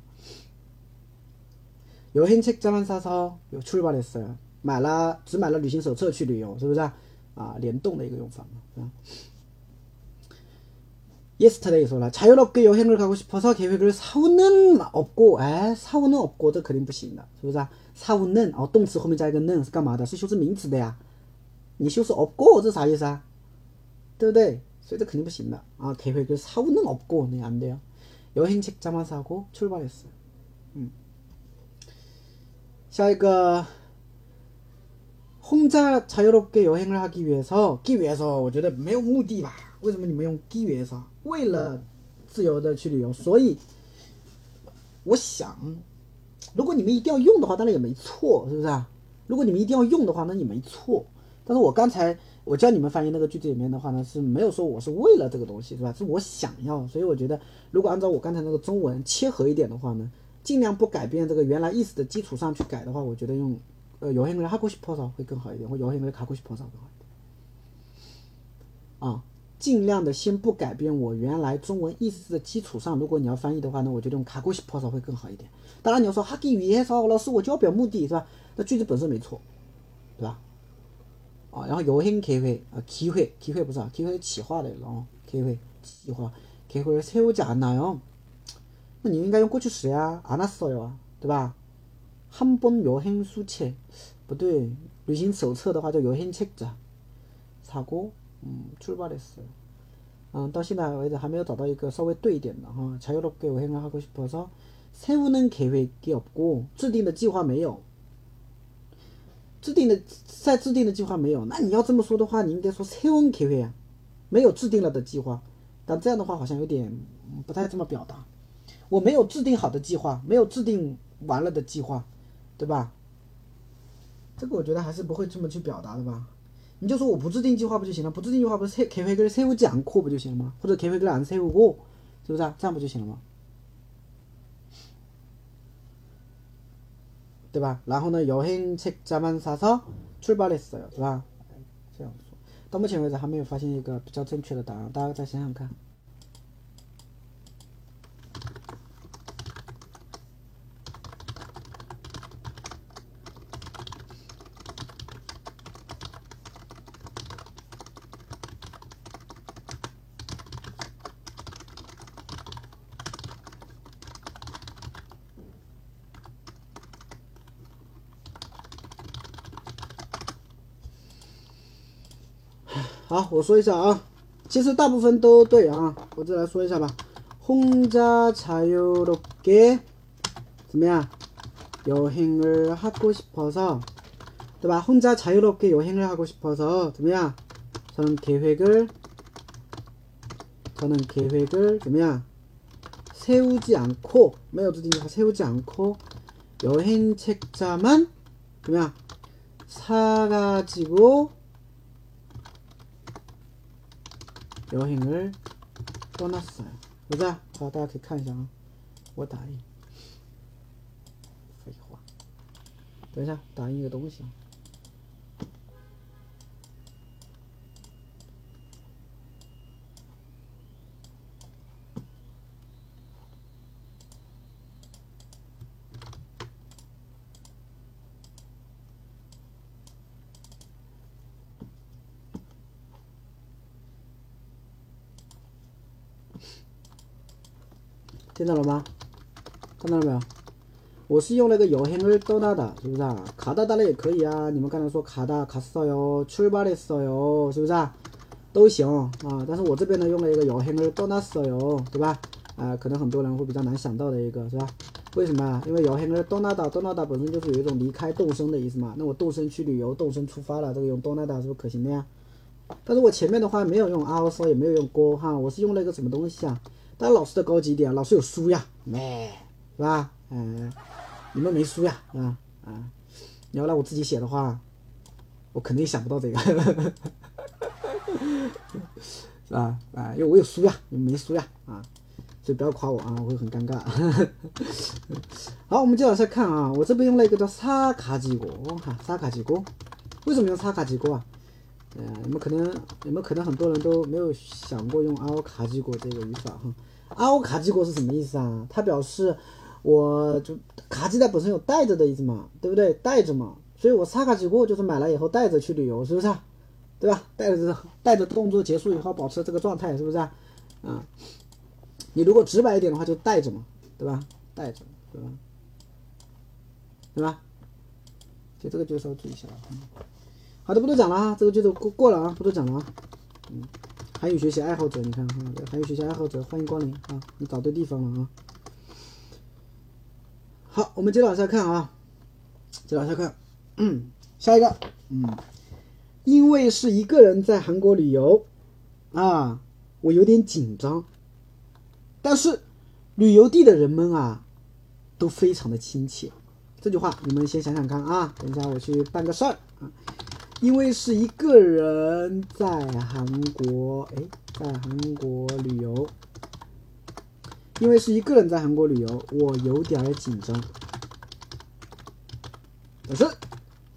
여행 책자만 사서 출발했어요， 买了只买了旅行手册去旅游，是不是啊？啊，联动的一个用法嘛，是吧？ Yesterday 说了， 자유롭게 여행을 가고 싶어서 계획을 사우는 없고， 哎， 사우는 없고这肯定不行的，是不是啊？ 사우는哦，动词后面加一个는是干嘛的？是修饰名词的呀。你修饰없고这啥意思啊？对不对？所以这肯定不行的啊。계획을 사우는 없고 네 안 돼요。 여행 책자만 사고 출발했어요。 嗯。 下一个 혼자 자유롭게 여행을 하기 위해서， 기 위해서我觉得没有目的吧？为什么你们用기 위해서？ 为了自由的去旅游，所以我想，如果你们一定要用的话，当然也没错，是不是啊？如果你们一定要用的话，那也没错。但是我刚才我教你们翻译那个句子里面的话呢，是没有说我是为了这个东西，是吧？是我想要，所以我觉得如果按照我刚才那个中文切合一点的话呢，尽量不改变这个原来意思的基础上去改的话，我觉得用呃 여행을 하고 싶어서会更好一点，或 여행을 가고 싶어서更好一点。啊，尽量的先不改变我原来中文意思的基础上，如果你要翻译的话呢，我觉得用가고 싶어서会更好一点。当然你要说하기 위해서，老师我就要表目的是吧？那句子本身没错，对吧？啊，然后여행 계획，啊，机会，机会不是啊，机会企划的哦，机会计划，计划세우지 않나요？那你应该用过去时呀，안 왔어요啊，对吧？한 번 여행 수채，不对，旅行手册的话叫여행 책자，사고，嗯，출발했어요。嗯，到现在为止还没有找到一个稍微对一点的哈。자유롭게 여행을 하고 싶어서 세우는 계획이 없고，制定的计划没有。制定的在制定的计划没有，那你要这么说的话，你应该说세운 계획啊，没有制定了的计划。但这样的话好像有点不太这么表达。我没有制定好的计划，没有制定完了的计划，对吧？这个我觉得还是不会这么去表达的吧。你就说我不制定计划不就行了？不制定计划不是계획을 세우지 않고不就行了吗？或者계획을 안 세우고，是不是啊？这样不就行了吗？对吧？然后呢，여행 책자만 사서 출발했어요，对吧？这样说，到目前为止还没有发现一个比较正确的答案，大家再想想看。好，我说一下啊，其实大部分都对啊，我再来说一下吧。혼자 자유롭게怎么样？여행을 하고 싶어서，对吧？혼자 자유롭게 여행을 하고 싶어서怎么样？ 저는 계획을 저는 계획을怎么样？ 세우지 않고 没有制定计划 세우지 않고 여행 책자만怎么样？ 사가지고 여행을 떠났어요. 보자. 자, 大家可以看一下啊，我打印。废话，等一下，打印一个东西啊。听到了吗？看到了没有？我是用那个여행을 떠나다，是不是啊？가다当然也可以啊。你们刚才说가다 갔어요，출발했어요，是不是啊？都行啊。但是我这边呢用了一个여행을 떠났어요，对吧？啊，可能很多人会比较难想到的一个，是吧？为什么啊？因为여행을 떠나다，떠나다本身就是有一种离开、动身的意思嘛。那我动身去旅游，动身出发了，这个用떠나다是不是可行的呀？但是我前面的话没有用also，也没有用go哈，我是用了一个什么东西啊？当然老师的高级一点，老师有书呀，没是吧？嗯、呃，你们没书呀，是吧？啊，你要让我自己写的话，我肯定想不到这个，是吧？啊，因为我有书呀，你们没书呀，啊，所以不要夸我啊，我会很尴尬。好，我们接着往下看啊，我这边用了一个叫사가지고哈，사가지고，为什么用사가지고啊？呃，你们可能你们可能很多人都没有想过用아오 가지고这个语法哈。아오 가지고是什么意思啊？它表示我就가지다本身有带着的意思嘛，对不对？带着嘛，所以我사 가지고就是买了以后带着去旅游，是不是啊？对吧？带着带着动作结束以后保持这个状态，是不是啊？啊，你如果直白一点的话就带着嘛，对吧？带着，对吧？对吧？就这个就稍微注意一下了。嗯好的，不多讲了啊，这个就都过过了啊，不多讲了啊。嗯，韩语学习爱好者，你看哈，韩语学习爱好者欢迎光临啊，你找对地方了啊。好，我们接着往下看啊，接着往下看，嗯，下一个，嗯，因为是一个人在韩国旅游啊，我有点紧张，但是旅游地的人们啊，都非常的亲切。这句话你们先想想看啊，等一下我去办个事儿啊。因为是一个人在韩国，哎，在韩国旅游。因为是一个人在韩国旅游，我有点紧张。但是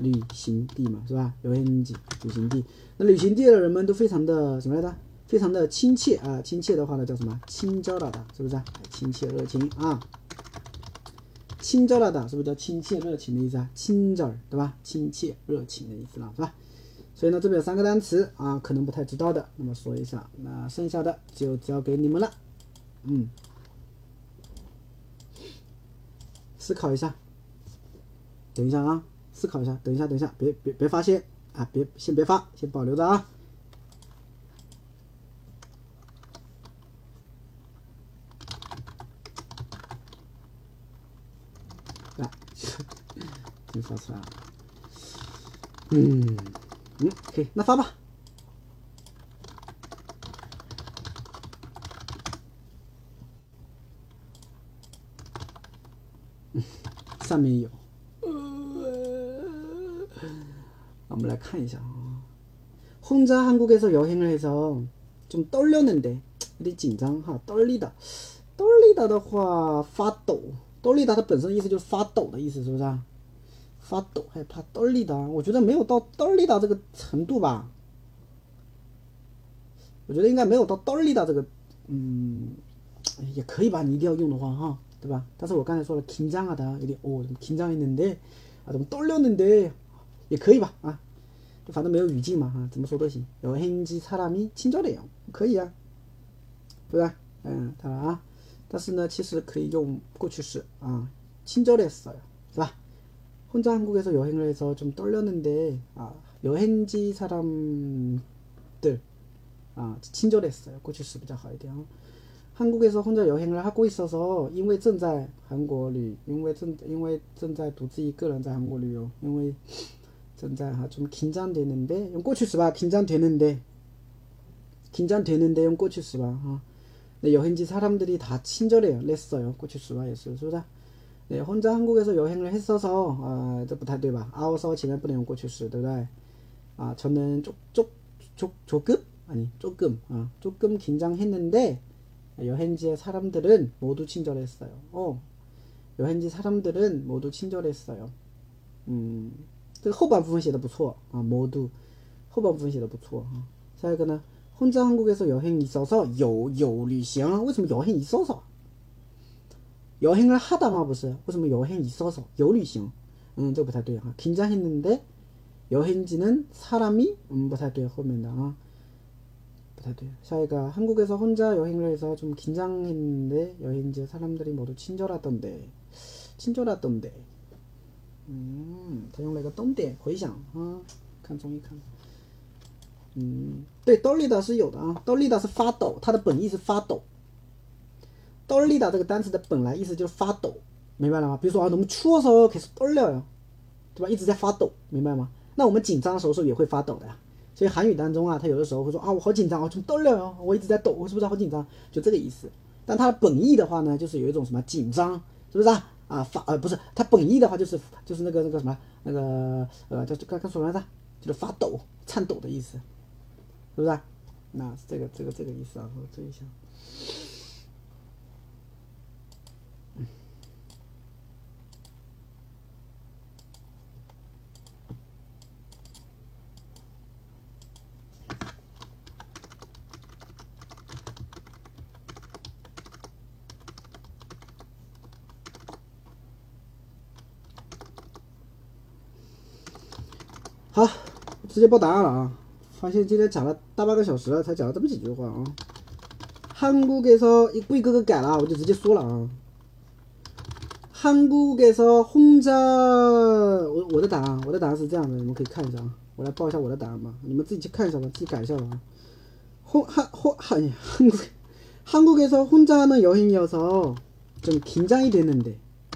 旅行地嘛，是吧？여행지旅行地，那旅行地的人们都非常的什么来着？非常的亲切啊，亲切的话呢叫什么？친절하다，是不是？亲切热情啊，친절하다是不是叫亲切热情的意思啊？친절对吧？亲切热情的意思了，是吧？所以呢，这边有三个单词啊，可能不太知道的，那么说一下，那剩下的就交给你们了，嗯，思考一下，等一下啊，思考一下，等一下，等一下，别别别发现啊，别先别发，先保留着啊。来，已经发出来了，嗯嗯，可以，那发吧。上面有，我们来看一下啊。혼자 한국에서 여행을 해서 좀 떨렸는데,有点紧张哈，떨리다， 떨리다的话发抖，떨리다它本身意思就是发抖的意思，是不是啊？发抖害怕떨리다，我觉得没有到떨리다这个程度吧，我觉得应该没有到떨리다这个，嗯，也可以吧，你一定要用的话哈。对吧？但是我刚才说了긴장하다，有点哦，怎么긴장했는데啊，怎么떨렸는데也可以吧？啊，就反正没有语境嘛，啊，怎么说都行。여행지 사람이 친절해요，可以啊，对吧？嗯，当然啊，但是呢，其实可以用过去式啊，친절했어요，是吧？혼자 한국에서 여행을 해서 좀 떨렸는데 아, 여행지 사람들 아, 친절했어요. 过去式比较好一点哦。 한국에서 혼자 여행을 하고 있어서 因为正在韩国旅因为正因为正在独自一个人在韩国旅游因为正在哈좀 긴장되는데用过去式吧 긴장되는데 긴장되는데用过去式吧 아. 네, 여행지 사람들이 다 친절해요. 냈어요. 过去式吧也是是不是 네, 혼자 한국에서 여행을 했어서 아, 这不太对吧 아워서前面不能用过去式对不对 아, 저는 쪽쪽 조금 아니 조금 아, 조금 긴장했는데 여행지의 사람들은 모두 친절했어요. 어, 여행지 사람들은 모두 친절했어요. 음, 这个后半部分写的不错啊， 모두 后半部分写的不错啊。下一个呢， 혼자 한국에서 여행 있어서 有有旅行，为什么여행 있어서 여행을 하다마 不是，为什么여행 있어서 有旅行？嗯，这个不太对哈。 긴장했는데 여행지는 사람이 음, 不太对，后面的啊。 不太对。下一个 한국에서 혼자 여행을 해서 좀 긴장했는데 여행지에 사람들이 모두 친절하던데 친절하던데 음, 他用了一个东点回想啊，看综艺看。嗯，对，떨리다是有的啊，떨리다是发抖，它的本意是发抖。떨리다这个单词的本来意思就是发抖，明白了吗？比如说啊，我们추워서 계속 떨려요，对吧？一直在发抖，明白吗？那我们紧张的时候是也会发抖的呀。 所以韩语当中啊，他有的时候会说啊，我好紧张，我좀 떨려요，我一直在抖，我是不是好紧张？就这个意思。但它的本意的话呢，就是有一种什么紧张，是不是啊？啊发呃不是，它本意的话就是就是那个那个什么那个呃叫刚刚说来着，就是发抖、颤抖的意思，是不是啊？那这个这个这个意思啊，我注意一下。好，直接报答案了啊！发现今天讲了大半个小时了，才讲了这么几句话啊。한국에서贵哥哥改了，我就直接说了啊。한국에서 혼자，我我的答案，我的答案是这样的，你们可以看一下啊。我来报一下我的答案吧，你们自己去看一下吧，自己改一下吧啊。홍한홍한한국 한국에서 혼자 하는 여행이어서 좀 긴장이 되는데，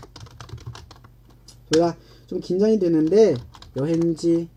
对吧？좀 긴장이 되는데 여행지。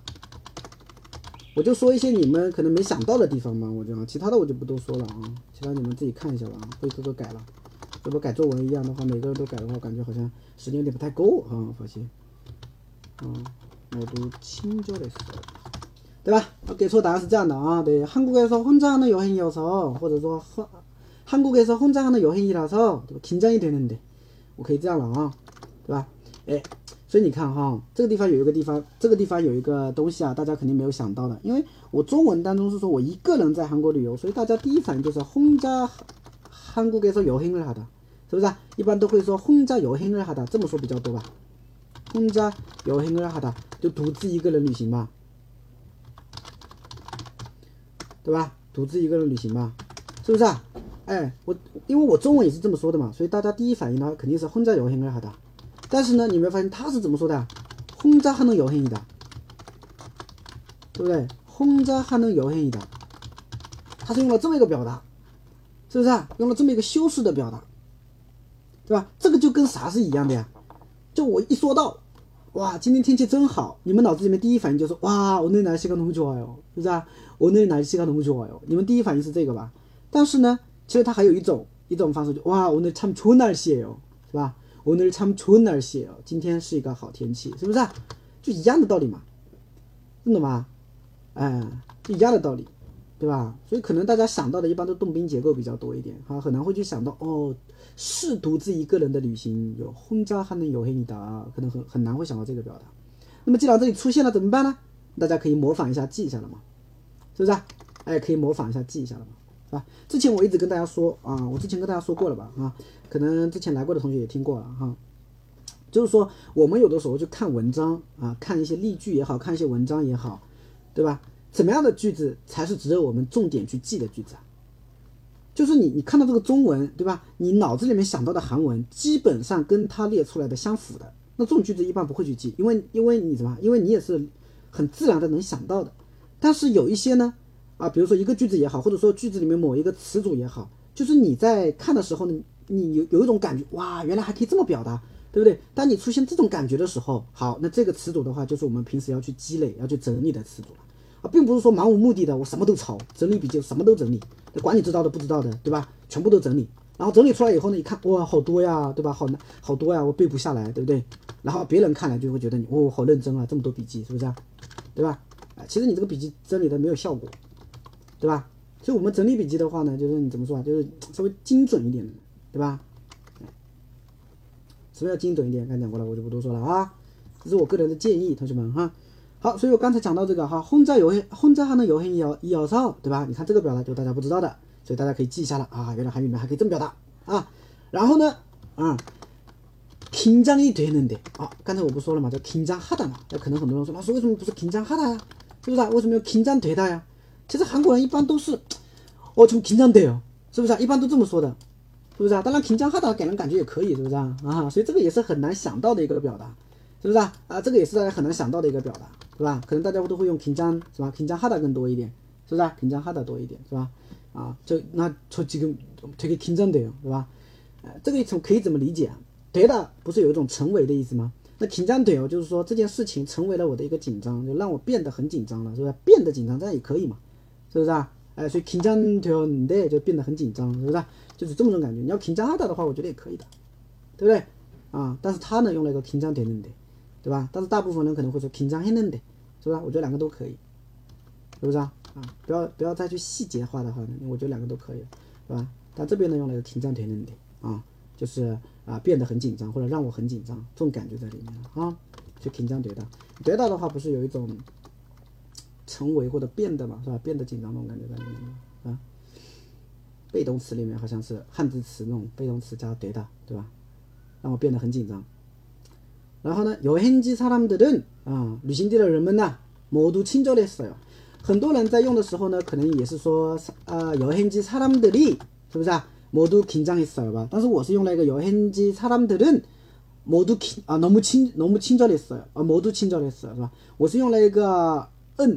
我就说一些你们可能没想到的地方嘛，我就其他的我就不多说了啊，其他你们自己看一下吧。辉哥哥改了，这不改作文一样的话，每个人都改的话，感觉好像时间有点不太够啊，发现。啊，我都친절했어요，对吧？给错答案是这样的啊，对，한국에서 혼자 하는 여행이어서， 或者说한국에서 혼자 하는 여행이라서 긴장이 되는데， 我可以这样了啊，对吧？哎， 所以你看哈，这个地方有一个地方，这个地方有一个东西啊，大家肯定没有想到的，因为我中文当中是说我一个人在韩国旅游，所以大家第一反应就是혼자 한국에서 여행을 하다，是不是啊？一般都会说혼자 여행을 하다，这么说比较多吧？혼자 여행을 하다就独自一个人旅行嘛，对吧？独自一个人旅行嘛，是不是啊？哎，我因为我中文也是这么说的嘛，所以大家第一反应呢肯定是혼자 여행을 하다。但是呢，你有没有发现他是怎么说的？혼자 하는 여행이다，对不对？혼자 하는 여행이다，他是用了这么一个表达，是不是啊？用了这么一个修饰的表达，对吧？这个就跟啥是一样的呀？就我一说到，哇，今天天气真好，你们脑子里面第一反应就是哇，오늘 날씨가 너무 좋아요，是不是啊？오늘 날씨가 너무 좋아요，你们第一反应是这个吧？但是呢，其实它还有一种一种方式，就哇，오늘 참 좋은 날씨예요，是吧？오늘 참 좋은 날씨예요，今天是一个好天气，是不是啊？就一样的道理嘛，真的吗？哎，就一样的道理，对吧？所以可能大家想到的一般都动宾结构比较多一点，哈，很难会去想到哦，是独自一个人的旅行，有혼자 하는 여행이다，可能很很难会想到这个表达。那么既然这里出现了怎么办呢？大家可以模仿一下记一下了嘛，是不是啊？哎，可以模仿一下记一下了嘛，是吧？之前我一直跟大家说啊，我之前跟大家说过了吧？啊，可能之前来过的同学也听过了哈。就是说，我们有的时候去看文章啊，看一些例句也好，看一些文章也好，对吧？怎么样的句子才是值得我们重点去记的句子啊？就是你你看到这个中文，对吧？你脑子里面想到的韩文，基本上跟它列出来的相符的，那这种句子一般不会去记，因为因为你什么？因为你也是很自然的能想到的。但是有一些呢，啊，比如说一个句子也好，或者说句子里面某一个词组也好，就是你在看的时候呢，你有有一种感觉，哇，原来还可以这么表达。对不对？当你出现这种感觉的时候，好，那这个词组的话，就是我们平时要去积累、要去整理的词组了啊，并不是说漫无目的的，我什么都抄，整理笔记什么都整理，管你知道的不知道的，对吧？全部都整理，然后整理出来以后呢，一看，哇，好多呀，对吧？好难，好多呀，我背不下来，对不对？然后别人看来就会觉得你，哦，好认真啊，这么多笔记，是不是啊？对吧？啊，其实你这个笔记整理的没有效果，对吧？所以我们整理笔记的话呢，就是你怎么说啊？就是稍微精准一点的，对吧？是不是要精准一点？刚才讲过了，我就不多说了啊。这是我个人的建议，同学们哈。好，所以我刚才讲到这个哈，혼자 여행，혼자 하는 여행이어서，对吧？你看这个表达就大家不知道的，所以大家可以记一下了啊。原来韩语里面还可以这么表达啊。然后呢，啊，긴장이 되는데，啊，刚才我不说了嘛，叫긴장하다嘛。那可能很多人说，老师为什么不是긴장하다呀？是不是啊？为什么要긴장되다呀？其实韩国人一般都是，哦，좀 긴장돼요，是不是啊？一般都这么说的。是不是啊？当然긴장하다给人感觉也可以，是不是啊？啊，所以这个也是很难想到的一个表达，是不是啊？啊，这个也是大家很难想到的一个表达，是吧？可能大家都会用긴장，是吧？긴장하다更多一点，是不是啊？긴장하다多一点，是吧？啊，就那저지금되게 긴장돼요，是吧？呃，这个从可以怎么理解啊？되다不是有一种成为的意思吗？那긴장돼요就是说这件事情成为了我的一个紧张，就让我变得很紧张了，是不是？变得紧张这样也可以嘛，是不是啊？哎，所以긴장되었는데就变得很紧张，是不是？就是这么种感觉。你要긴장하다的话，我觉得也可以的，对不对？啊，但是他呢用了一个긴장되는데，对吧？但是大部分人可能会说긴장했는데，是不是？我觉得两个都可以，是不是啊？啊，不要不要再去细节化的话呢，我觉得两个都可以，是吧？但这边呢用了一个긴장되는데，啊，就是啊变得很紧张或者让我很紧张，这种感觉在里面啊，就긴장되다。되다的话不是有一种成为或者变得嘛，是吧？变得紧张那种感觉在里面啊。被动词里面好像是汉字词那种被动词加되다，对吧？让我变得很紧张。然后呢，여행지 사람들은啊，旅行地的人们呢，모두 친절했어요。很多人在用的时候呢，可能也是说啊，여행지 사람들이是不是啊？모두 긴장했어요吧？但是我是用了一个여행지 사람들은 모두 긴啊너무 친 너무 친절했어요。啊，모두 친절했어요，是吧？我是用了一个嗯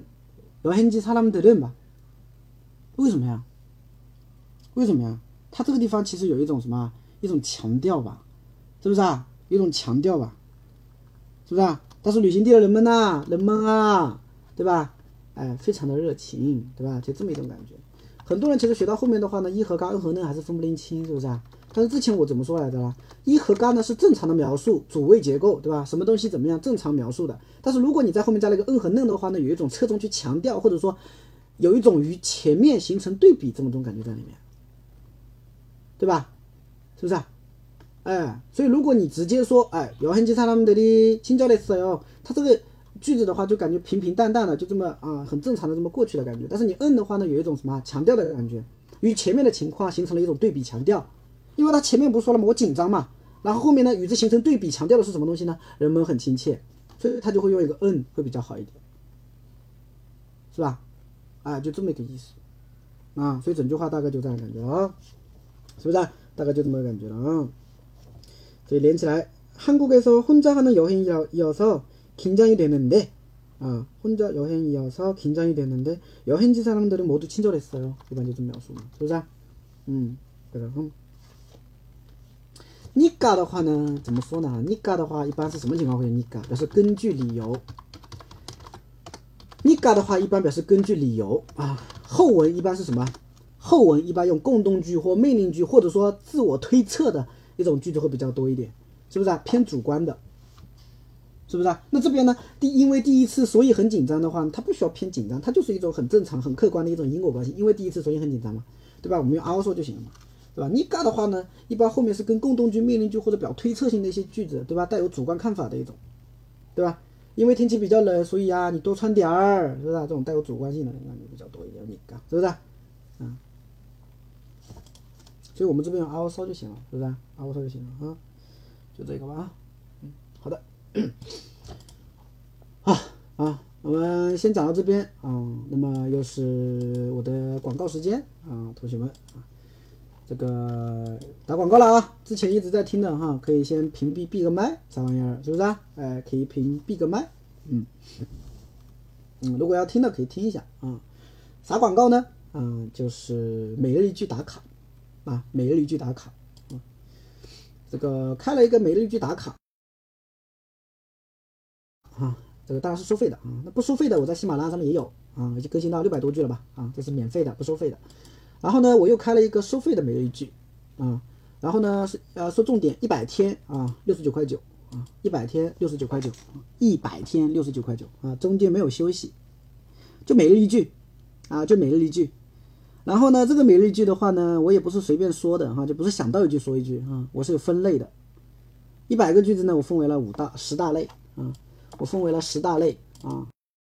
여행지 사람들은吧？为什么呀？为什么呀？它这个地方其实有一种什么一种强调吧，是不是啊？有一种强调吧，是不是啊？但是旅行地的人们呐，人们啊，对吧？哎，非常的热情，对吧？就这么一种感觉。很多人其实学到后面的话呢，一和嘎、二和呢还是分不清，是不是啊？但是之前我怎么说来着啦？一和嘎呢是正常的描述主谓结构，对吧？什么东西怎么样正常描述的。但是如果你在后面加了一个嗯和嫩的话呢，有一种侧重去强调，或者说有一种与前面形成对比这么种感觉在里面。对吧？是不是啊？ 哎，所以如果你直接说，哎，여행지 사람들이 친절했어요，它这个句子的话就感觉平平淡淡的，就这么啊，很正常的这么过去的感觉。但是你嗯的话呢，有一种什么强调的感觉，与前面的情况形成了一种对比强调。因为他前面不是说了吗？我紧张嘛，然后后面呢与之形成对比强调的是什么东西呢？人们很亲切，所以他就会用一个嗯会比较好一点，是吧？啊，就这么一个意思啊。所以整句话大概就这样感觉啊，是不是、啊？大概就这么个感觉了啊。所以连起来，한국에서 혼자 하는 여행이어서 긴장이 되는데, 아, 혼자 여행이어서 긴장이 되는데 여행지 사람들은 모두 친절했어요. 이번就这么描述嘛，是不是、啊？嗯，对的。嗯。你嘎的话呢，怎么说呢？你嘎的话，一般是什么情况会用你嘎？表示根据理由。你嘎的话，一般表示根据理由啊。后文一般是什么？后文一般用共动句或命令句，或者说自我推测的一种句子会比较多一点，是不是、啊？偏主观的，是不是、啊？那这边呢，第因为第一次，所以很紧张的话，它不需要偏紧张，它就是一种很正常、很客观的一种因果关系。因为第一次，所以很紧张嘛，对吧？我们用 also 就行了嘛。对吧？你嘎的话呢，一般后面是跟共动句、命令句或者表推测性的一些句子，对吧？带有主观看法的一种，对吧？因为天气比较冷，所以啊，你多穿点儿，是不是、啊？这种带有主观性的那就比较多一点，你嘎，是不是、啊？嗯。所以我们这边用 also 就行了，是不是、啊、？also 就行了啊，就这个吧啊。嗯，好的。好啊，我们先讲到这边啊。那么又是我的广告时间啊，同学们啊。这个打广告了啊！之前一直在听的哈，可以先屏蔽闭个麦，啥玩意儿是不是啊？哎，可以屏闭个麦，嗯嗯，如果要听的可以听一下啊。啥广告呢？嗯，就是每日一句打卡啊，每日一句打卡啊。这个开了一个每日一句打卡啊，这个当然是收费的啊。那不收费的，我在喜马拉雅上面也有啊，已经更新到六百多句了吧？啊，这是免费的，不收费的。然后呢，我又开了一个收费的每日一句啊，然后呢是呃说重点，一百天啊，六十九块九啊，一百天六十九块九，一百天六十九块九啊，中间没有休息，就每日一句啊，就每日一句。然后呢，这个每日一句的话呢，我也不是随便说的哈、啊，就不是想到一句说一句啊，我是有分类的。一百个句子呢，我分为了五大十大类啊，我分为了十大类啊。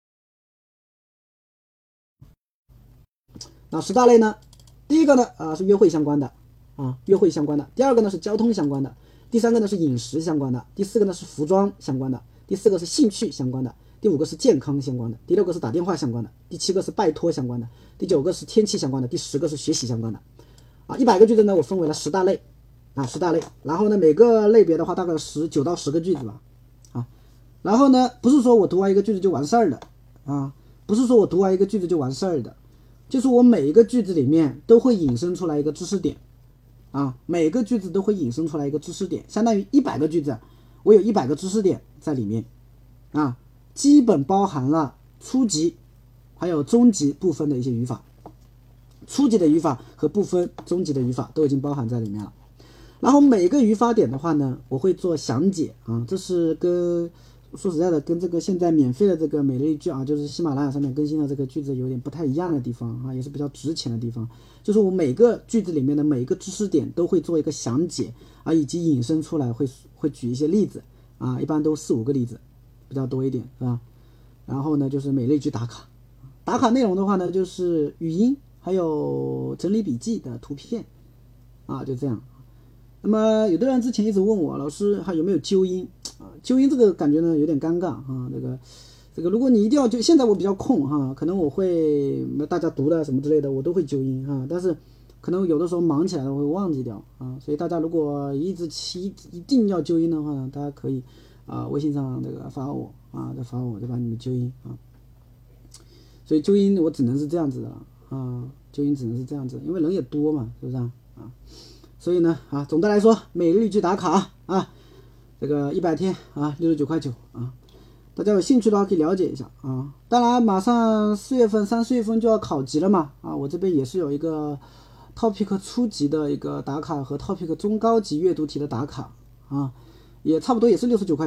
那十大类呢？第一个呢，啊、呃、是约会相关的，啊约会相关的。第二个呢是交通相关的，第三个呢是饮食相关的，第四个呢是服装相关的，第四个是兴趣相关的，第五个是健康相关的，第六个是打电话相关的，第七个是拜托相关的，第九个是天气相关的，第十个是学习相关的。啊，一百个句子呢，我分为了十大类，啊十大类。然后呢，每个类别的话大概十九到十个句子吧，啊。然后呢，不是说我读完一个句子就完事儿的，啊，不是说我读完一个句子就完事儿的。就是我每一个句子里面都会引申出来一个知识点，啊，每个句子都会引申出来一个知识点，相当于一百个句子，我有一百个知识点在里面，啊，基本包含了初级还有中级部分的一些语法，初级的语法和部分中级的语法都已经包含在里面了。然后每个语法点的话呢，我会做详解啊，这是跟说实在的，跟这个现在免费的这个每日一句啊，就是喜马拉雅上面更新的这个句子有点不太一样的地方啊，也是比较值钱的地方。就是我每个句子里面的每一个知识点都会做一个详解啊，以及引申出来会会举一些例子啊，一般都四五个例子，比较多一点，是吧？然后呢，就是每日一句打卡，打卡内容的话呢，就是语音还有整理笔记的图片啊，就这样。那么有的人之前一直问我，老师还有没有纠音啊？纠音这个感觉呢有点尴尬啊。这个这个，如果你一定要就现在我比较空哈，可能我会大家读的什么之类的我都会纠音哈，但是可能有的时候忙起来了我会忘记掉啊。所以大家如果一直期一定要纠音的话呢，大家可以啊微信上这个发我啊，再发我再把你们纠音啊。所以纠音我只能是这样子的了啊，纠音只能是这样子，因为人也多嘛，是不是啊？啊。所以呢，啊，总的来说，每日一句打卡啊，这个一百天啊，六十九块九啊，大家有兴趣的话可以了解一下啊。当然，马上四月份、三四月份就要考级了嘛，啊，我这边也是有一个 topic 初级的一个打卡和 topic 中高级阅读题的打卡啊，也差不多也是六十九块九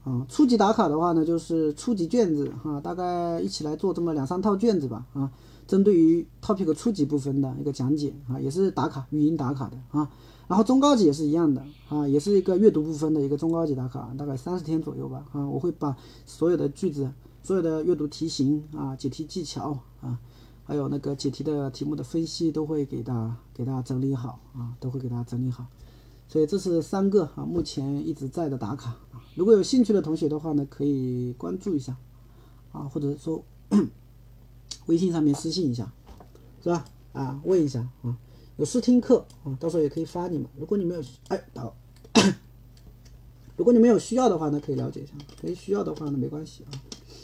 啊。初级打卡的话呢，就是初级卷子哈、啊，大概一起来做这么两三套卷子吧啊，针对于 topic 初级部分的一个讲解啊，也是打卡，语音打卡的啊。然后中高级也是一样的啊，也是一个阅读部分的一个中高级打卡，大概三十天左右吧啊。我会把所有的句子、所有的阅读题型啊、解题技巧啊，还有那个解题的题目的分析，都会给大家给大家整理好啊，都会给大家整理好。所以这是三个啊，目前一直在的打卡啊。如果有兴趣的同学的话呢，可以关注一下啊，或者说微信上面私信一下，是吧？啊，问一下啊。有试听课啊，到时候也可以发你们。如果你没有哎，好，如果你没有需要的话呢，可以了解一下；没需要的话呢，没关系啊。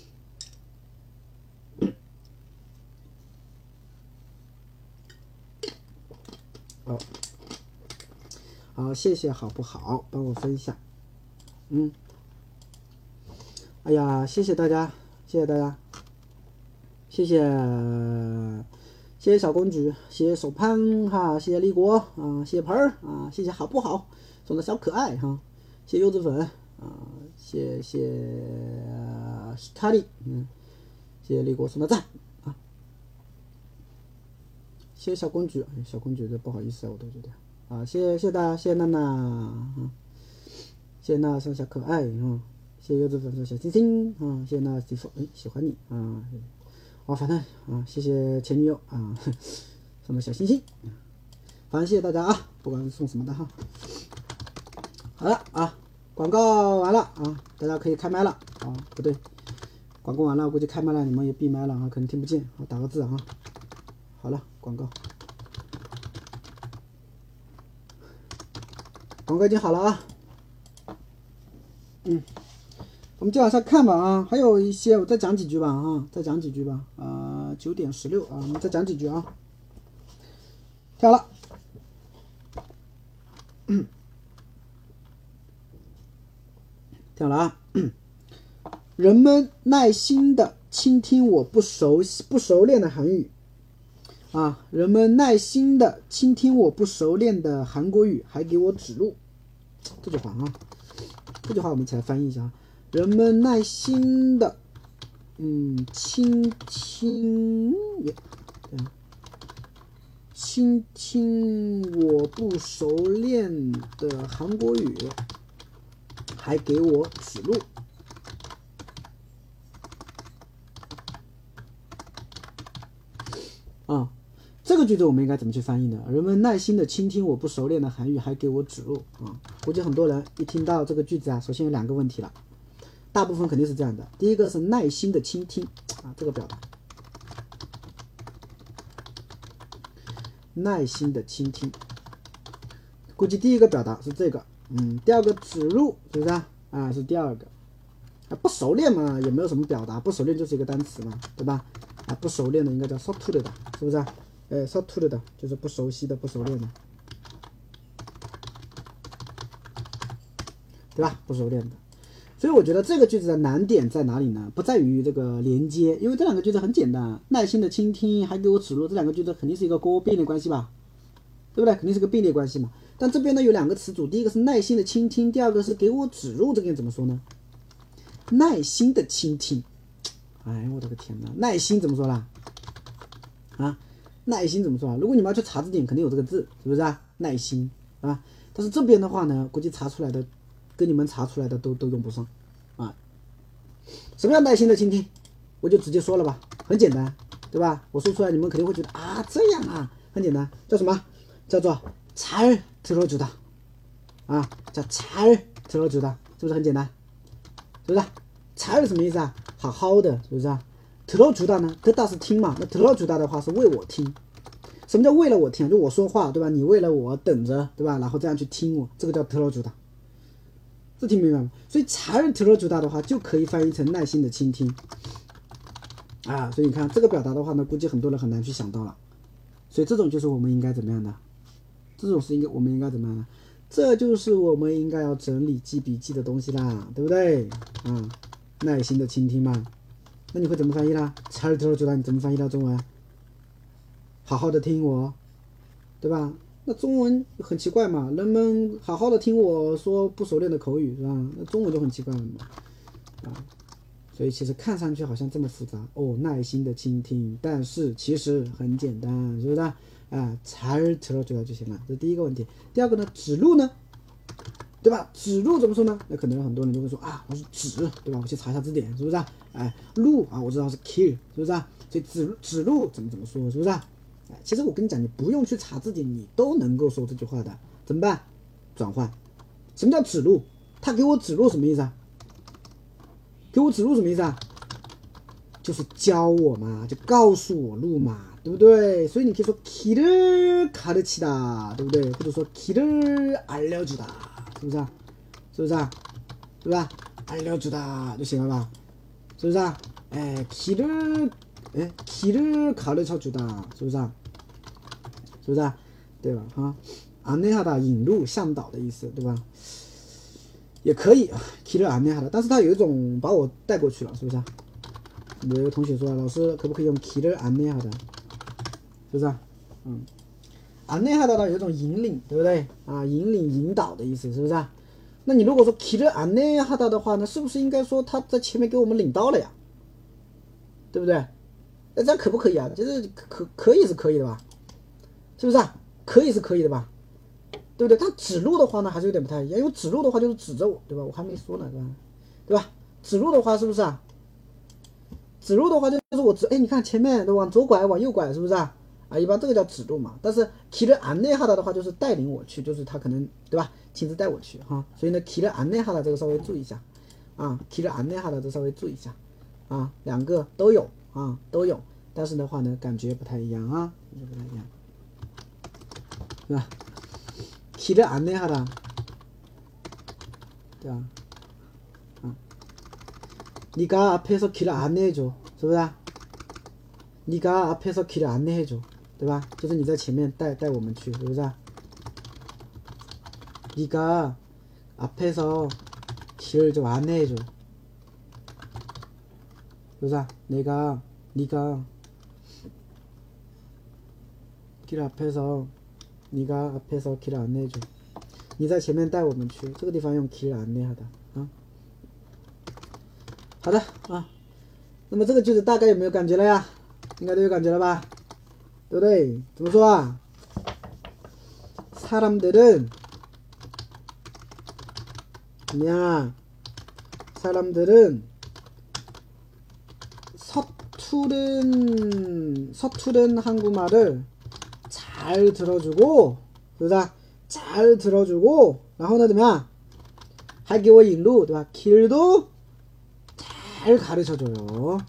好，好，谢谢，好不好？帮我分享。嗯，哎呀，谢谢大家，谢谢大家，谢谢。谢谢小公举，谢谢手潘哈，谢谢立国啊，谢谢盆儿啊，谢谢好不好送的小可爱哈，谢谢柚子粉啊，谢谢史塔利，嗯，谢谢立国送的赞啊，谢谢小公举，小公举这不好意思啊，我都觉得啊，谢谢谢谢大家，谢谢娜娜啊，谢谢娜娜送小可爱啊，谢谢柚子粉送小星星啊，谢谢娜媳妇，哎，喜欢你啊。哦，反正啊，谢谢前女友啊，送的小星星，反正谢谢大家啊，不管是送什么的哈。好了啊，广告完了啊，大家可以开麦了啊，不对，广告完了，我估计开麦了，你们也闭麦了啊，可能听不见，啊，打个字啊。好了，广告，广告已经好了啊，嗯。我们就往下看吧啊，还有一些我再讲几句吧啊，再讲几句吧啊，九点十六啊，我们再讲几句啊。跳了，跳了啊。人们耐心的倾听我不熟悉不熟练的韩语啊，人们耐心的倾听我不熟练的韩国语，还给我指路。这句话啊，这句话我们一起来翻译一下啊。人们耐心的，嗯，倾听，倾听我不熟练的韩国语，还给我指路。啊，这个句子我们应该怎么去翻译呢？人们耐心的倾听我不熟练的韩语，还给我指路。啊，估计很多人一听到这个句子啊，首先有两个问题了。大部分肯定是这样的，第一个是耐心的倾听啊，这个表达，耐心的倾听，估计第一个表达是这个，嗯，第二个指路是不是啊？啊，是第二个，啊，不熟练嘛，也没有什么表达，不熟练就是一个单词嘛，对吧？啊，不熟练的应该叫 서투르다，是不是啊？哎，서투르다就是不熟悉的、不熟练的，对吧？不熟练的。所以我觉得这个句子的难点在哪里呢？不在于这个连接，因为这两个句子很简单，耐心的倾听还给我指路，这两个句子肯定是一个勾并列关系吧，对不对？肯定是个并列关系嘛。但这边呢有两个词组，第一个是耐心的倾听，第二个是给我指路，这个怎么说呢？耐心的倾听，哎，我的个天哪，耐心怎么说啦？啊，耐心怎么说啊？如果你们要去查字典，肯定有这个字，是不是啊？耐心啊，但是这边的话呢，估计查出来的。跟你们查出来的都都用不上啊！什么叫耐心的倾听？我就直接说了吧，很简单，对吧？我说出来你们肯定会觉得啊，这样啊，很简单，叫什么？叫做잘 들어주다啊，叫잘 들어주다，是不是很简单？是不是？잘什么意思啊？好好的，是不是啊？들어주다呢？듣다是听嘛？那들어주다的话是为我听。什么叫为了我听？就我说话，对吧？你为了我等着，对吧？然后这样去听我，这个叫들어주다。这听明白吗？所以잘 들어주다的话就可以翻译成耐心的倾听啊。所以你看这个表达的话呢，估计很多人很难去想到了。所以这种就是我们应该怎么样的？这种是应该我们应该怎么样的？这就是我们应该要整理记笔记的东西啦，对不对？啊，耐心的倾听嘛。那你会怎么翻译啦？잘 들어주다你怎么翻译到中文？好好的听我，对吧？ 那中文很奇怪嘛，人们好好的听我说不熟练的口语是吧？那中文就很奇怪了嘛，啊，所以其实看上去好像这么复杂哦，耐心的倾听，但是其实很简单，是不是啊？啊，잘 들어줘야就行了，这是第一个问题。第二个呢，指路呢，对吧？指路怎么说呢？那可能很多人就会说啊，我是指，对吧？我去查一下字典，是不是啊？哎，路啊，我知道是 kill， 是不是啊？所以指指路怎么怎么说，是不是啊？哎，其实我跟你讲，你不用去查字典，你都能够说这句话的。怎么办？转换。什么叫指路？他给我指路什么意思啊？给我指路什么意思啊？就是教我嘛，就告诉我路嘛，对不对？所以你可以说길을 가르치다，对不对？或者说길을 알려주다，是不是啊？是不是啊？是吧？알려주다就行了吧？是不是啊？哎，길을哎，길을 가르쳐주다，是不是啊？是不是啊？对吧？哈，안내하다引路向导的意思，对吧？也可以，길을 안내하다，但是它有一种把我带过去了，是不是啊？有一个同学说，老师可不可以用길을 안내하다，是不是啊？嗯，안내하다呢有一种引领，对不对啊？引领、引导的意思，是不是啊？那你如果说길을 안내하다的话呢，是不是应该说他在前面给我们领到了呀？对不对？那这样可不可以啊？就是可可可以是可以的吧？是不是啊？可以是可以的吧？对不对？但指路的话呢，还是有点不太一样，因为指路的话就是指着我，对吧？我还没说呢，对吧？对吧？指路的话是不是啊？指路的话就是我指，哎，你看前面的往左拐，往右拐，是不是啊？啊，一般这个叫指路嘛。但是길을 안내하다的话就是带领我去，就是他可能对吧，亲自带我去哈。所以呢，길을 안내하다这个稍微注意一下啊，길을 안내하다这稍微注意一下啊，两个都有啊，都有，但是的话呢，感觉不太一样啊，感觉不太一样，是吧？길을 안내하다，对吧？啊，네가 앞에서 길을 안내해줘，是不是啊？네가 앞에서 길을 안내해줘，对吧？就是你在前面带带我们去，是不是啊？네가 앞에서 길을 좀 안내해줘，是不是啊？내가 네가 길 앞에서 네가 앞에서 길을 안내해줘，你在前面带我们去，这个地方用길을 안내하다啊。好的啊，那么这个句子大概有没有感觉了呀？应该都有感觉了吧？对不对？怎么说啊？사람들은怎么样啊？ 사람들은 서투른 서투른 한국말을 잘 들어주고, 对吧？잘 들어주고, 然后呢怎么样？还给我引路，对吧？ 길도 잘 가르쳐줘요.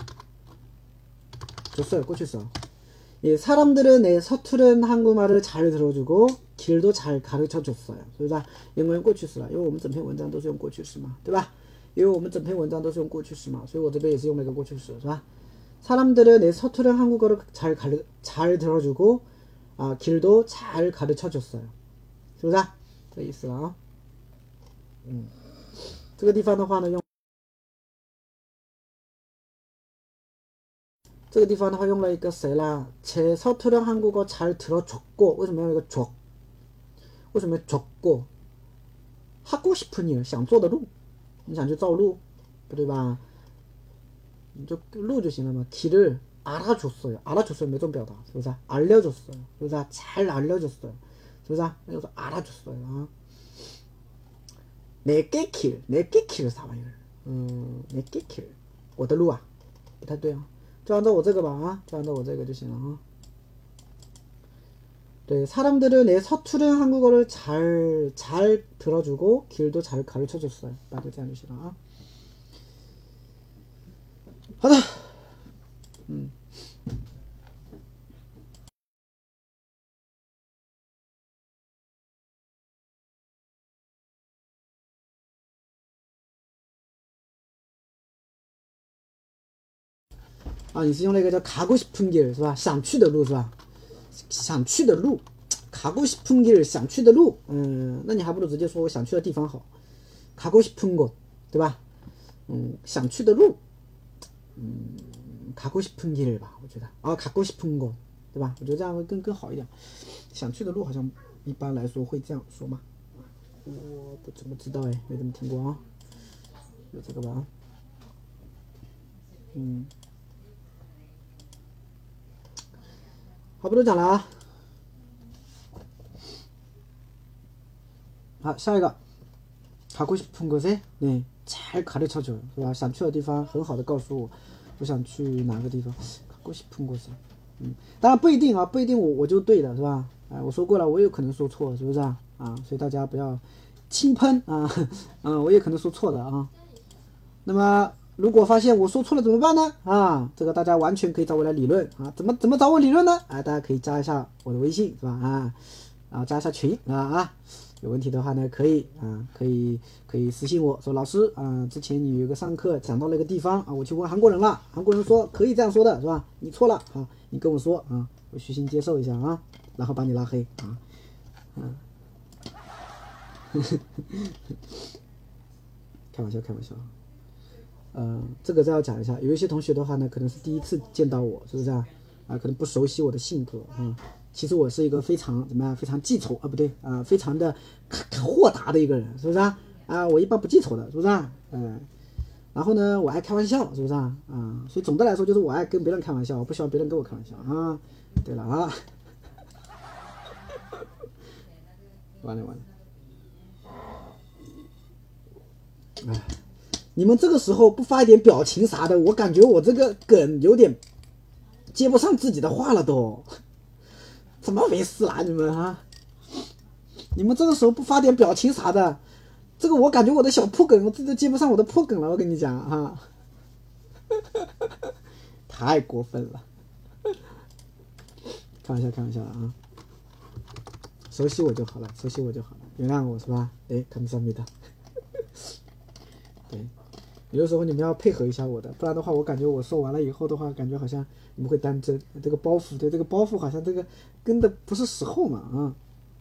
줬어요. 꽂혔어. 예, 사람들은 내 서투른 한국말을 잘 들어주고 길도 잘 가르쳐줬어요. 是不是英文过去式了，因为我们整篇文章都是用过去式嘛，对吧？因为我们整篇文章都是用过去式嘛，所以我这边也是用了一个过去式，是吧？ 사람들은 내 서투른 한국어를 잘 가르, 잘 들어주고 아, 길도 잘 가르쳐줬어요. 是不是这意思了啊？嗯，这个地方的话呢，用这个地方的话用了一个谁啦？제 서투른 한국어 잘 들어줬고， 为什么要一个줬？为什么要줬고？ 하고 싶은 일， 想做的路，你想去造路，不对吧？你就路就行了嘛。길을 알아줬어요， 알아줬어요 몇 种表达，是不是？ 알려줬어요， 是不是？ 잘 알려줬어요， 是不是？那就是 알아줬어요啊。내게 길， 내게 길啥玩意儿？嗯，내게 길， 我的路啊，不太对啊。就按照我这个吧啊，就按照我这个就行了啊。对， 사람들은 내 서투른 한국어를 잘, 잘 들어주고 길도 잘 가르쳐줬어요. 大概这样就行了啊。好的，嗯。啊，你是用那个叫가고 싶은 길是吧？想去的路是吧？想去的路，가고 싶은 길想去的路，嗯，那你还不如直接说我想去的地方好，가고 싶은 곳，对吧？嗯，想去的路，嗯，가고 싶은 길吧，我觉得啊，가고 싶은 곳，对吧？我觉得这样会更更好一点。想去的路好像一般来说会这样说吗？我不怎么知道哎，没怎么听过啊。有这个吧？嗯，好，不多讲了啊。好，下一个，가고 싶은 곳에 네 잘 가르쳐줘요，是吧？想去的地方很好的告诉我，我想去哪个地方。가고 싶은 곳에，嗯，当然不一定啊，不一定我我就对的，是吧？哎，我说过了，我有可能说错，是不是啊？啊，所以大家不要轻喷啊，嗯，我也可能说错的啊。那么如果发现我说错了怎么办呢？啊，这个大家完全可以找我来理论啊。怎么怎么找我理论呢？啊，大家可以加一下我的微信，是吧？啊，啊，加一下群啊啊。有问题的话呢，可以啊，可以可以私信我说老师啊，之前你有一个上课讲到那个地方啊，我去问韩国人了，韩国人说可以这样说的，是吧？你错了，好，你跟我说啊，我虚心接受一下啊，然后把你拉黑啊，嗯，开玩笑开玩笑，呃，这个再要讲一下，有一些同学的话呢，可能是第一次见到我，是不是啊？啊，可能不熟悉我的性格啊。其实我是一个非常怎么样，非常记仇啊，不对啊、呃，非常的豁达的一个人，是不是啊？啊，我一般不记仇的，是不是啊？嗯、呃，然后呢，我爱开玩笑，是不是啊？啊，所以总的来说就是我爱跟别人开玩笑，我不希望别人跟我开玩笑啊。对了啊，完了完了，哎，你们这个时候不发一点表情啥的，我感觉我这个梗有点接不上自己的话了都。怎么回事啊你们啊？你们这个时候不发点表情啥的，这个我感觉我的小破梗我自己都接不上我的破梗了，我跟你讲啊，太过分了。开玩笑开玩笑啊，熟悉我就好了，熟悉我就好了，原谅我是吧？哎，看不上你的。对，有的时候你们要配合一下我的，不然的话我感觉我说完了以后的话，感觉好像你们会当真，这个包袱，对这个包袱好像这个跟的不是时候嘛啊。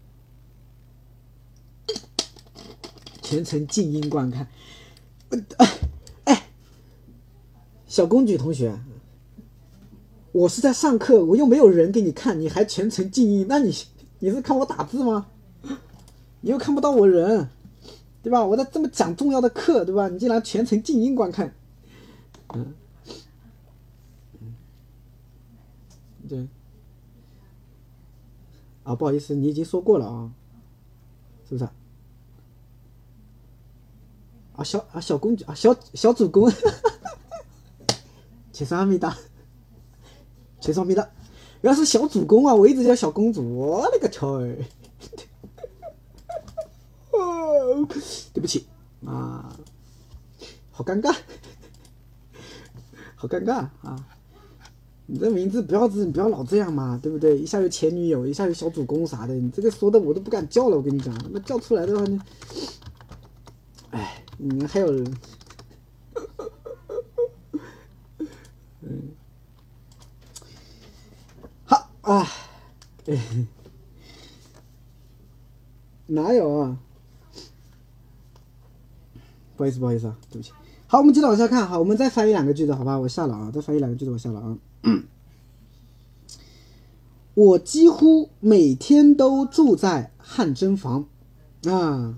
全程静音观看，哎，小公举同学，我是在上课，我又没有人给你看，你还全程静音，那你你是看我打字吗？你又看不到我人，对吧？我在这么讲重要的课，对吧？你竟然全程静音观看，嗯，对，啊，不好意思，你已经说过了啊，是不是？啊小啊小公主啊小小主公，切萨米达，切萨米达，原来是小主公啊！我一直叫小公主，我勒个去！对不起啊，好尴尬，好尴尬啊！你这名字不要字，你不要老这样嘛，对不对？一下有前女友，一下有小主公啥的，你这个说的我都不敢叫了，我跟你讲，那叫出来的话呢，哎，你们还有人，嗯，好啊，哪有啊？不好意思，不好意思啊，对不起。好，我们接着往下看，好，我们再翻译两个句子，好吧？我下了啊，再翻译两个句子，我下了啊。我几乎每天都住在汗蒸房啊。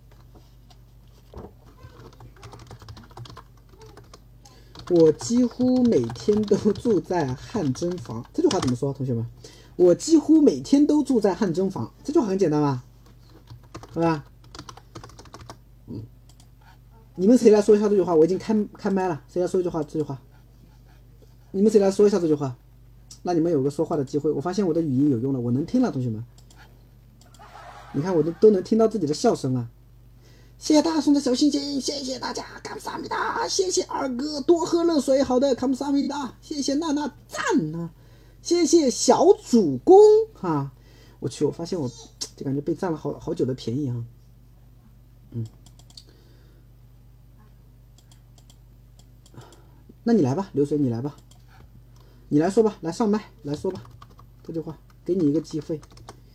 我几乎每天都住在汗蒸房，这句话怎么说，同学们？我几乎每天都住在汗蒸房，这句话很简单吧？是吧？嗯，你们谁来说一下这句话？我已经开开麦了，谁来说一句话？这句话，你们谁来说一下这句话？那你们有个说话的机会。我发现我的语音有用了，我能听了，同学们。你看，我都都能听到自己的笑声了。谢谢大家送的小心心，谢谢大家，감사합니다。谢谢二哥多喝热水，好的，감사합니다。谢谢娜娜赞呢、啊，谢谢小主公哈、啊。我去，我发现我就感觉被占了好好久的便宜啊。嗯，那你来吧，流水，你来吧，你来说吧，来上麦来说吧，这句话给你一个机会，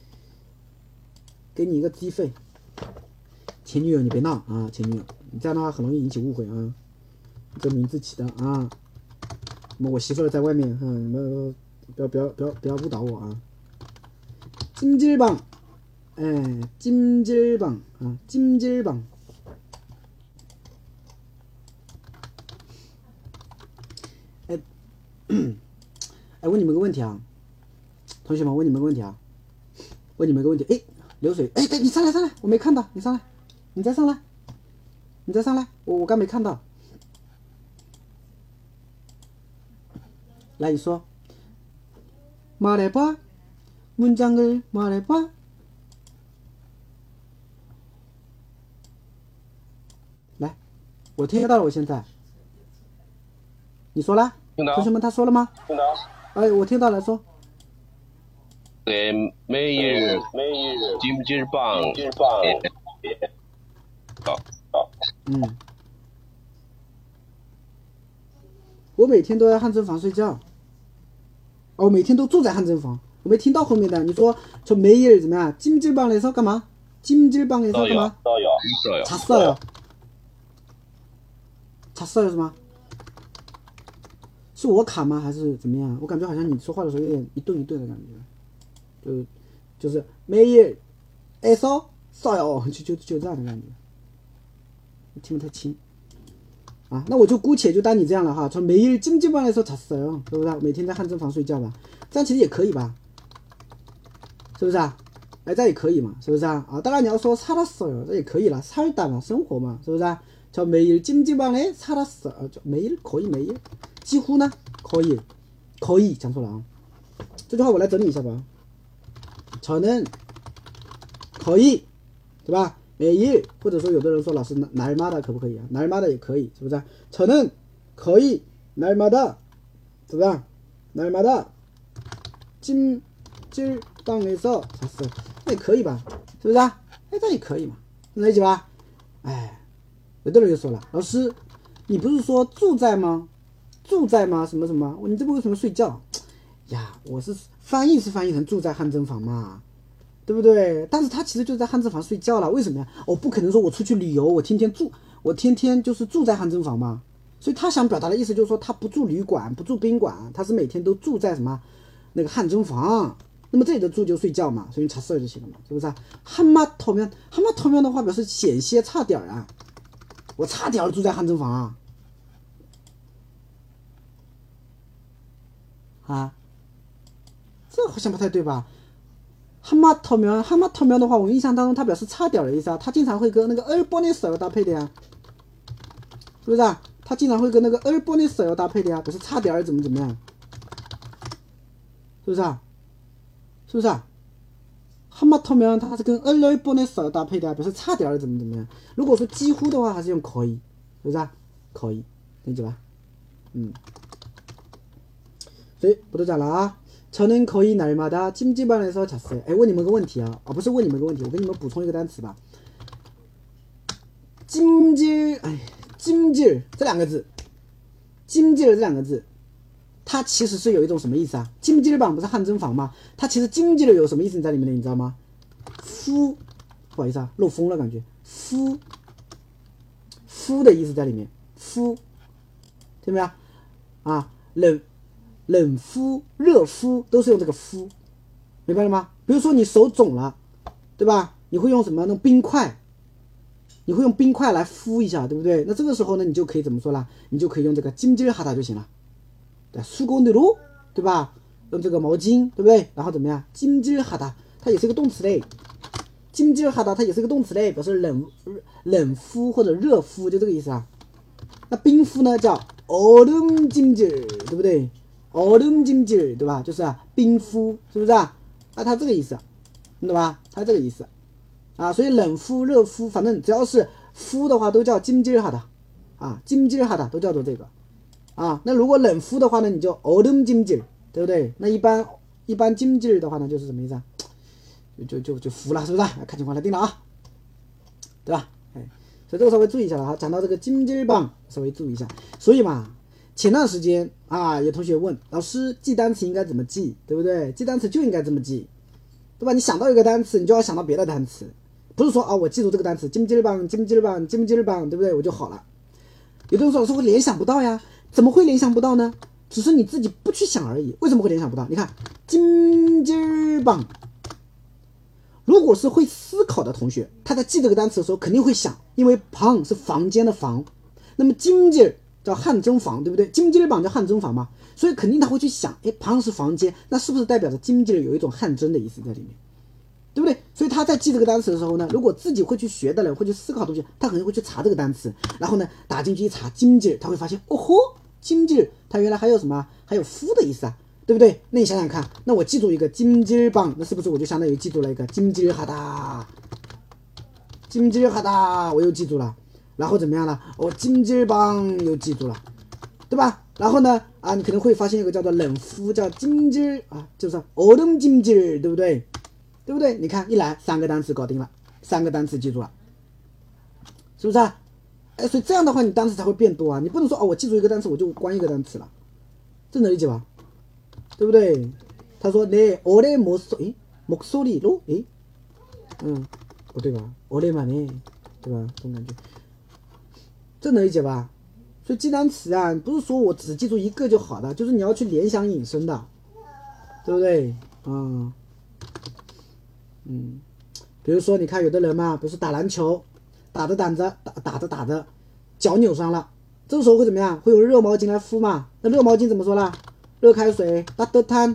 给你一个机会。前女友你别闹啊，前女友，你这样的话很容易引起误会啊。你这名字起的啊，那么我媳妇儿在外面哈、啊，你们不要不要不要不要误导我啊。찜질방 哎，찜질방啊，찜질방。哎，哎，问你们个问题啊，同学们，问你们个问题啊，问你们个问题。哎，流水，哎，你上来上来，我没看到，你上来，你再上来，你再上来，我我刚没看到。来，你说，말해봐，문장을 말해봐。来，我听到了，我现在，你说了，同学们他说了吗？ 听到。 哎，我听到了，说。 네, 매일 찜질방. 어, 어. 嗯，我每天都在汗蒸房睡觉。哦，每天都住在汗蒸房。我没听到后面的，你说저 매일怎么样？찜질방에서干嘛？찜질방에서干嘛？ 있어요. 잤어요. 잤어요是吗？是我卡吗？还是怎么样？我感觉好像你说话的时候有点一顿一顿的感觉。 就就是매일 에서 써요， 就就就这样的感觉，听不太清啊。那我就姑且就当你这样了哈，从매일 찜질방에서 잤어요， 是不是？每天在汗蒸房睡觉吧，这样其实也可以吧，是不是啊？哎，这样也可以嘛，是不是啊？啊，当然你要说살았어요，这也可以了，살다嘛，生活嘛，是不是啊？저 매일 찜질방에 살았어요， 就매일 거의 매일， 几乎呢，거의 거의讲错了啊。这句话我来整理一下吧。 저는 거의， 对吧？ 매일， 或者说有的人说老师날마다可不可以啊？ 날마다也可以，是不是？ 저는 거의 날마다， 是不是？ 날마다 찜질방에서 잤어요， 那也可以吧？是不是？哎，这也可以嘛，能理解吧？哎，有的人就说了，老师，你不是说住在吗？住在吗？什么什么？你这不为什么睡觉？呀，我是。 翻译是翻译成住在汗蒸房嘛，对不对？但是他其实就在汗蒸房睡觉了，为什么呀？我不可能说我出去旅游，我天天住，我天天就是住在汗蒸房嘛。所以他想表达的意思就是说，他不住旅馆，不住宾馆，他是每天都住在什么那个汗蒸房。那么这里的住就睡觉嘛，所以查事就行了嘛，是不是？汗马头面，汗马头面的话表示险些差点啊，我差点住在汗蒸房啊，啊。 这好像不太对吧？哈马头苗，哈马头苗的话，我印象当中它表示差点的意思啊，它经常会跟那个尔波尼手搭配的呀，是不是啊？它经常会跟那个尔波尼手搭配的呀，表示差点怎么怎么样，是不是啊？是不是啊？哈马头苗它是跟尔波尼手搭配的呀，表示差点怎么怎么样。如果说几乎的话，还是用可以，是不是啊？可以，理解吧？嗯，所以不多讲了啊。 저는 거의 날마다 찜질방에서 잤어요. 哎，问你们个问题啊，啊不是问你们个问题，我给你们补充一个单词吧。찜질， 哎，찜질这两个字，찜질这两个字，它其实是有一种什么意思啊？찜질방不是汗蒸房吗？它其实찜질有什么意思在里面的，你知道吗？敷，不好意思啊，漏风了感觉。敷，敷的意思在里面，敷，听没有？啊，冷。 冷敷、热敷都是用这个敷，明白了吗？比如说你手肿了，对吧？你会用什么？那种冰块，你会用冰块来敷一下，对不对？那这个时候呢，你就可以怎么说啦？你就可以用这个찜질하다就行了，对，수건으로，对吧？用这个毛巾，对不对？然后怎么样？찜질하다，它也是一个动词类，찜질하다它也是一个动词类，表示冷冷敷或者热敷，就这个意思啊。那冰敷呢，叫얼음찜질，对不对？ 얼음찜질，对吧？就是啊，冰敷，是不是啊？啊，它这个意思，你懂吧？它这个意思，啊，所以冷敷、热敷，反正只要是敷的话，都叫찜질하다，啊，찜질하다都叫做这个，啊，那如果冷敷的话呢，你就얼음찜질，对不对？那一般一般찜질的话呢，就是什么意思啊？就就就就服了，是不是？看情况来定了啊，对吧？哎，所以这个稍微注意一下了哈。讲到这个찜질방，稍微注意一下。所以嘛。 前段时间啊，有同学问老师记单词应该怎么记，对不对？记单词就应该这么记，对吧？你想到一个单词，你就要想到别的单词，不是说啊，我记住这个单词찜질방、찜질방、찜질방，对不对？我就好了。有的人说老师我联想不到呀，怎么会联想不到呢？只是你自己不去想而已。为什么会联想不到？你看찜질방， 如果是会思考的同学，他在记这个单词的时候肯定会想，因为방是房间的房，那么찜질叫汗蒸房，对不对？찜질방叫汗蒸房嘛，所以肯定他会去想，哎，방是房间，那是不是代表着찜질有一种汗蒸的意思在里面，对不对？所以他在记这个单词的时候呢，如果自己会去学的人，会去思考的东西，他肯定会去查这个单词，然后呢打进去一查찜질，他会发现，哦吼，찜질它原来还有什么？还有敷的意思啊，对不对？那你想想看，那我记住一个찜질방，那是不是我就相当于记住了一个찜질하다，찜질하다，我又记住了。然后怎么样呢？我찜질방又记住了，对吧？然后呢，啊，你可能会发现一个叫做冷敷，叫찜질啊，就是얼음찜질，对不对？对不对？你看一来三个单词搞定了，三个单词记住了，是不是啊？哎，所以这样的话，你单词才会变多啊。你不能说哦，我记住一个单词我就关一个单词了，这能理解吧？对不对？他说내 오래 목소리 목소리로，诶，嗯，不对吧？오랜만에，对吧？这种感觉。这能理解吧？所以记单词啊，不是说我只记住一个就好的，就是你要去联想引申的，对不对？嗯嗯，比如说你看有的人嘛，不是打篮球，打着打着打打着打着脚扭伤了，这个时候会怎么样？会有热毛巾来敷嘛？那热毛巾怎么说啦？热开水따뜻한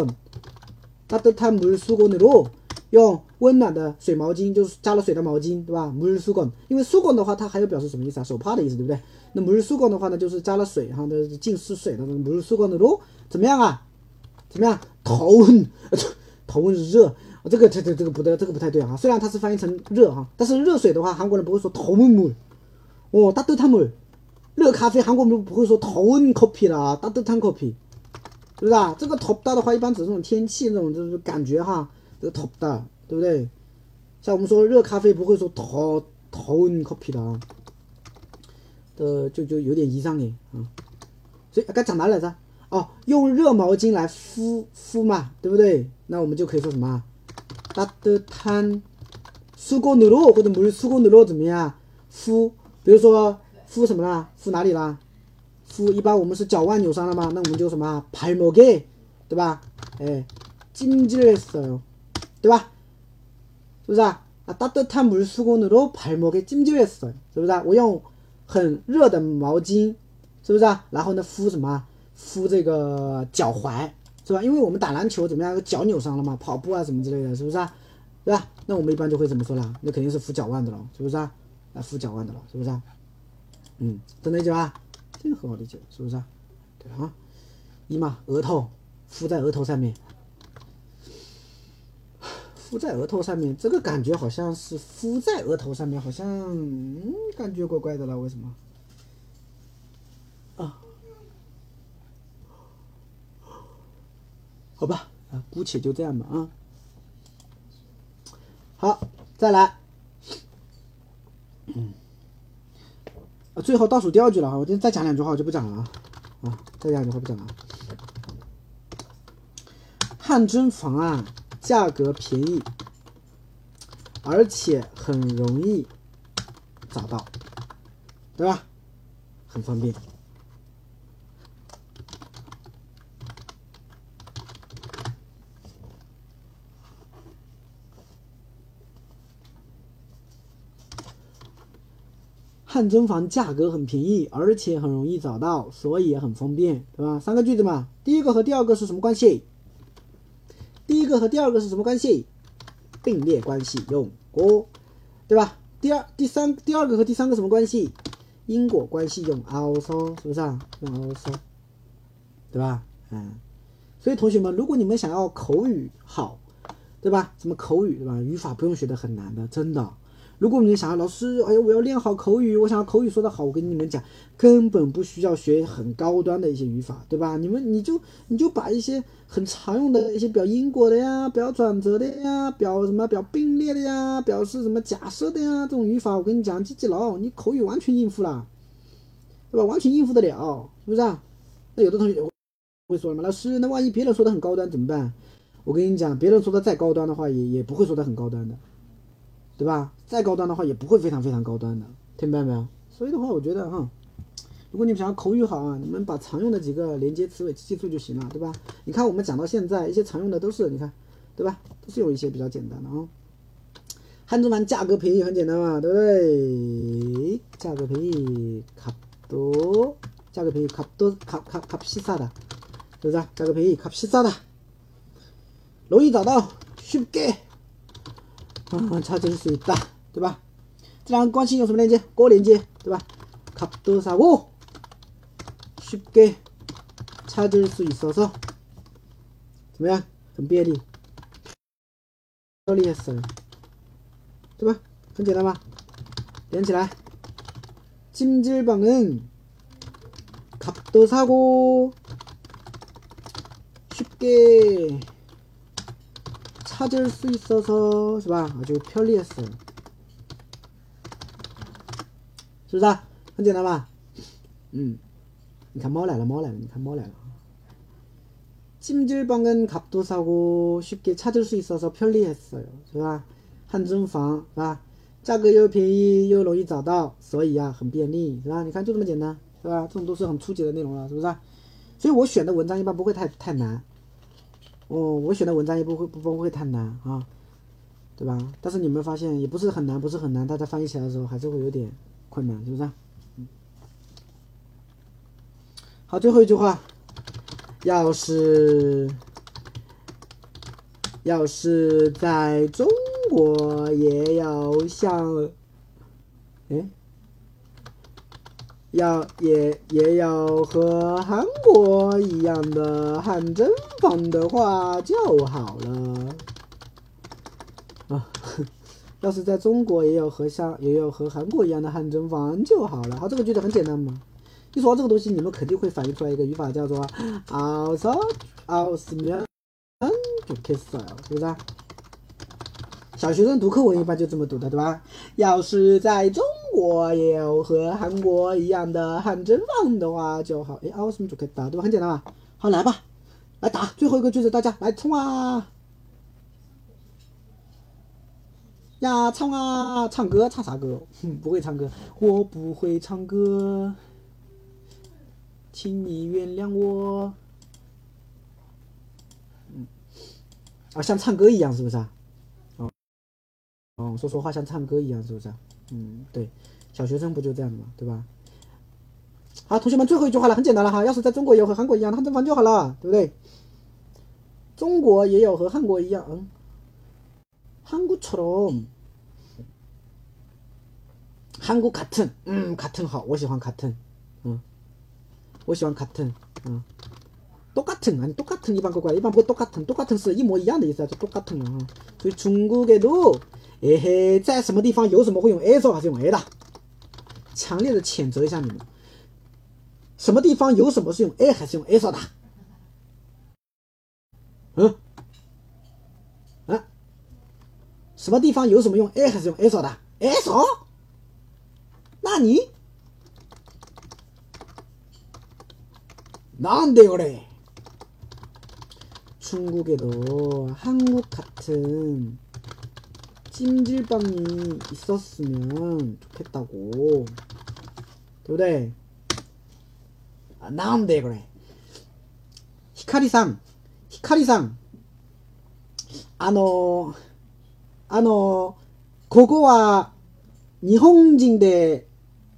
수건，따뜻한 물 수건으로，用温暖的水毛巾，就是加了水的毛巾，对吧？물 수건，因为수건的话，它还有表示什么意思啊？手帕的意思，对不对？那물 수건的话呢，就是加了水哈，的浸湿水的물 수건으로怎么样啊？怎么样？头温，头温是热，这个这这这个不对，这个不太对啊。虽然它是翻译成热哈，但是热水的话，韩国人不会说头温물，哦，따뜻한 물。热咖啡，韩国人不会说头温커피啦，따뜻한 커피，是不是啊？这个덥다的话，一般指这种天气，那种就是感觉哈。这个덥다，对不对？像我们说热咖啡不会说더 더운 커피的，的就就有点이상해啊。所以该讲哪来着？哦，用热毛巾来敷敷嘛，对不对？那我们就可以说什么？따뜻한 수건으로或者물 수건으로怎么样敷？比如说敷什么啦？敷哪里啦？敷一般我们是脚腕扭伤了嘛，那我们就什么발목에，对吧？哎，찜질했어요。对吧？是不是啊？啊，따뜻한 물 수건으로 발목에 찜질했어요，是不是啊？我用很热的毛巾，是不是啊？然后呢，敷什么？敷这个脚踝，是吧？因为我们打篮球怎么样，脚扭伤了嘛，跑步啊什么之类的，是不是啊？对吧？那我们一般就会怎么说啦？那肯定是敷脚腕的了，是不是啊？啊，敷脚腕的了，是不是啊？嗯，这能理解吧？这个很好理解，是不是啊？对啊，一嘛，额头敷在额头上面。敷在额头上面，这个感觉好像是敷在额头上面，好像嗯，感觉怪怪的了，为什么？啊，好吧，啊，姑且就这样吧啊。好，再来，嗯，啊，最后倒数第二句了哈，我今天再讲两句话我就不讲了啊，啊，再讲两句话不讲了。汗蒸房啊。价格便宜，而且很容易找到，对吧？很方便。汗蒸房价格很便宜，而且很容易找到，所以也很方便，对吧？三个句子嘛，第一个和第二个是什么关系？第一个和第二个是什么关系？并列关系用过，对吧？第二、第三、第二个和第三个什么关系？因果关系用also，是不是啊？用also，对吧？嗯，所以同学们，如果你们想要口语好，对吧？什么口语，对吧？语法不用学得很难的，真的。如果你想要老师，哎呀，我要练好口语，我想要口语说得好，我跟你们讲，根本不需要学很高端的一些语法，对吧？你们你就你就把一些很常用的一些表因果的呀、表转折的呀、表什么表并列的呀、表示什么假设的呀，这种语法我跟你讲，记记牢，你口语完全应付了，对吧？完全应付得了，是不是啊？那有的同学会说了嘛，老师，那万一别人说的很高端怎么办？我跟你讲，别人说的再高端的话，也也不会说的很高端的。对吧？再高端的话也不会非常非常高端的，听明白没有？所以的话，我觉得哈，如果你们想要口语好啊，你们把常用的几个连接词尾记住就行了，对吧？你看我们讲到现在，一些常用的都是你看，对吧？都是有一些比较简单的啊。 汉中房价格便宜很简单嘛，对不对？价格便宜，값도价格便宜，값도 값값값이 싸다， 是不是？价格便宜，값이 싸다， 容易找到，쉽게啊찾을 수 있다， 对吧？这两个关系有什么连接？勾连接，对吧？값도 싸고 쉽게 찾을 수 있어서怎么样？很便利，편리했어요，对吧？很简单吧？连起来，찜질방은 값도 사고 쉽게 찾을 수 있어서 是吧？ 아주 편리했어요， 是不是啊？很简单吧？嗯，你看猫来了，猫来了，你看猫来了。찜질방은 값도 사고 쉽게 찾을 수 있어서 편리했어요， 是吧？汗蒸房是吧？价格又便宜又容易找到，所以啊很便利，是吧？你看就这么简单，是吧？这种都是很初级的内容了，是不是啊？所以我选的文章一般不会太太难，哦，我选的文章也不会不不会太难啊，对吧？但是你们发现也不是很难，不是很难，大家翻译起来的时候还是会有点困难，是不是啊？嗯。好，最后一句话，要是要是在中国也要像，哎，要也也要和韩国一样的汗蒸房的话就好了。啊，要是在中国也有和像也有和韩国一样的汗蒸房就好了。好，这个句子很简单嘛。一说到这个东西，你们肯定会反映出来一个语法，叫做아서아서면 좋겠어요，是不是啊？小学生读课文一般就这么读的，对吧？要是在中国也有和韩国一样的汗蒸房的话就好。哎，아서면 좋겠다，对吧？很简单吧？好，来吧，来打最后一个句子，大家来冲啊！呀，唱啊，唱歌，唱啥歌？哼，不会唱歌，我不会唱歌，请你原谅我。嗯，啊，像唱歌一样，是不是啊？哦，哦，说说话像唱歌一样，是不是啊？嗯，对，小学生不就这样的嘛，对吧？好，同学们，最后一句话了，很简单了哈。要是在中国也有和韩国一样的汗蒸房就好了，对不对？中国也有和韩国一样，嗯。한국처럼 한국 같은 음 같은 好，我喜欢 같은 嗯，我喜欢 같은 嗯， 똑같은 아니 똑같은 일반 거고요. 일반 뭐 똑같은 똑같은 是一模一样的意思，就 똑같은 啊。所以중국에도 에헤 在什么地方有什么会用 에서 还是用 에다？ 强烈的谴责一下你们，什么地方有什么是用 에 还是用 에서 的？嗯。什么地方有什么用 A 还是用 에서 的 ？에서？ 那你？난데 그래？ 중국에도 한국 같은 찜질방이 있었으면 좋겠다고， 对不对？난데 그래？ 히카리상， 히카리상， あの。あの、ここは日本人で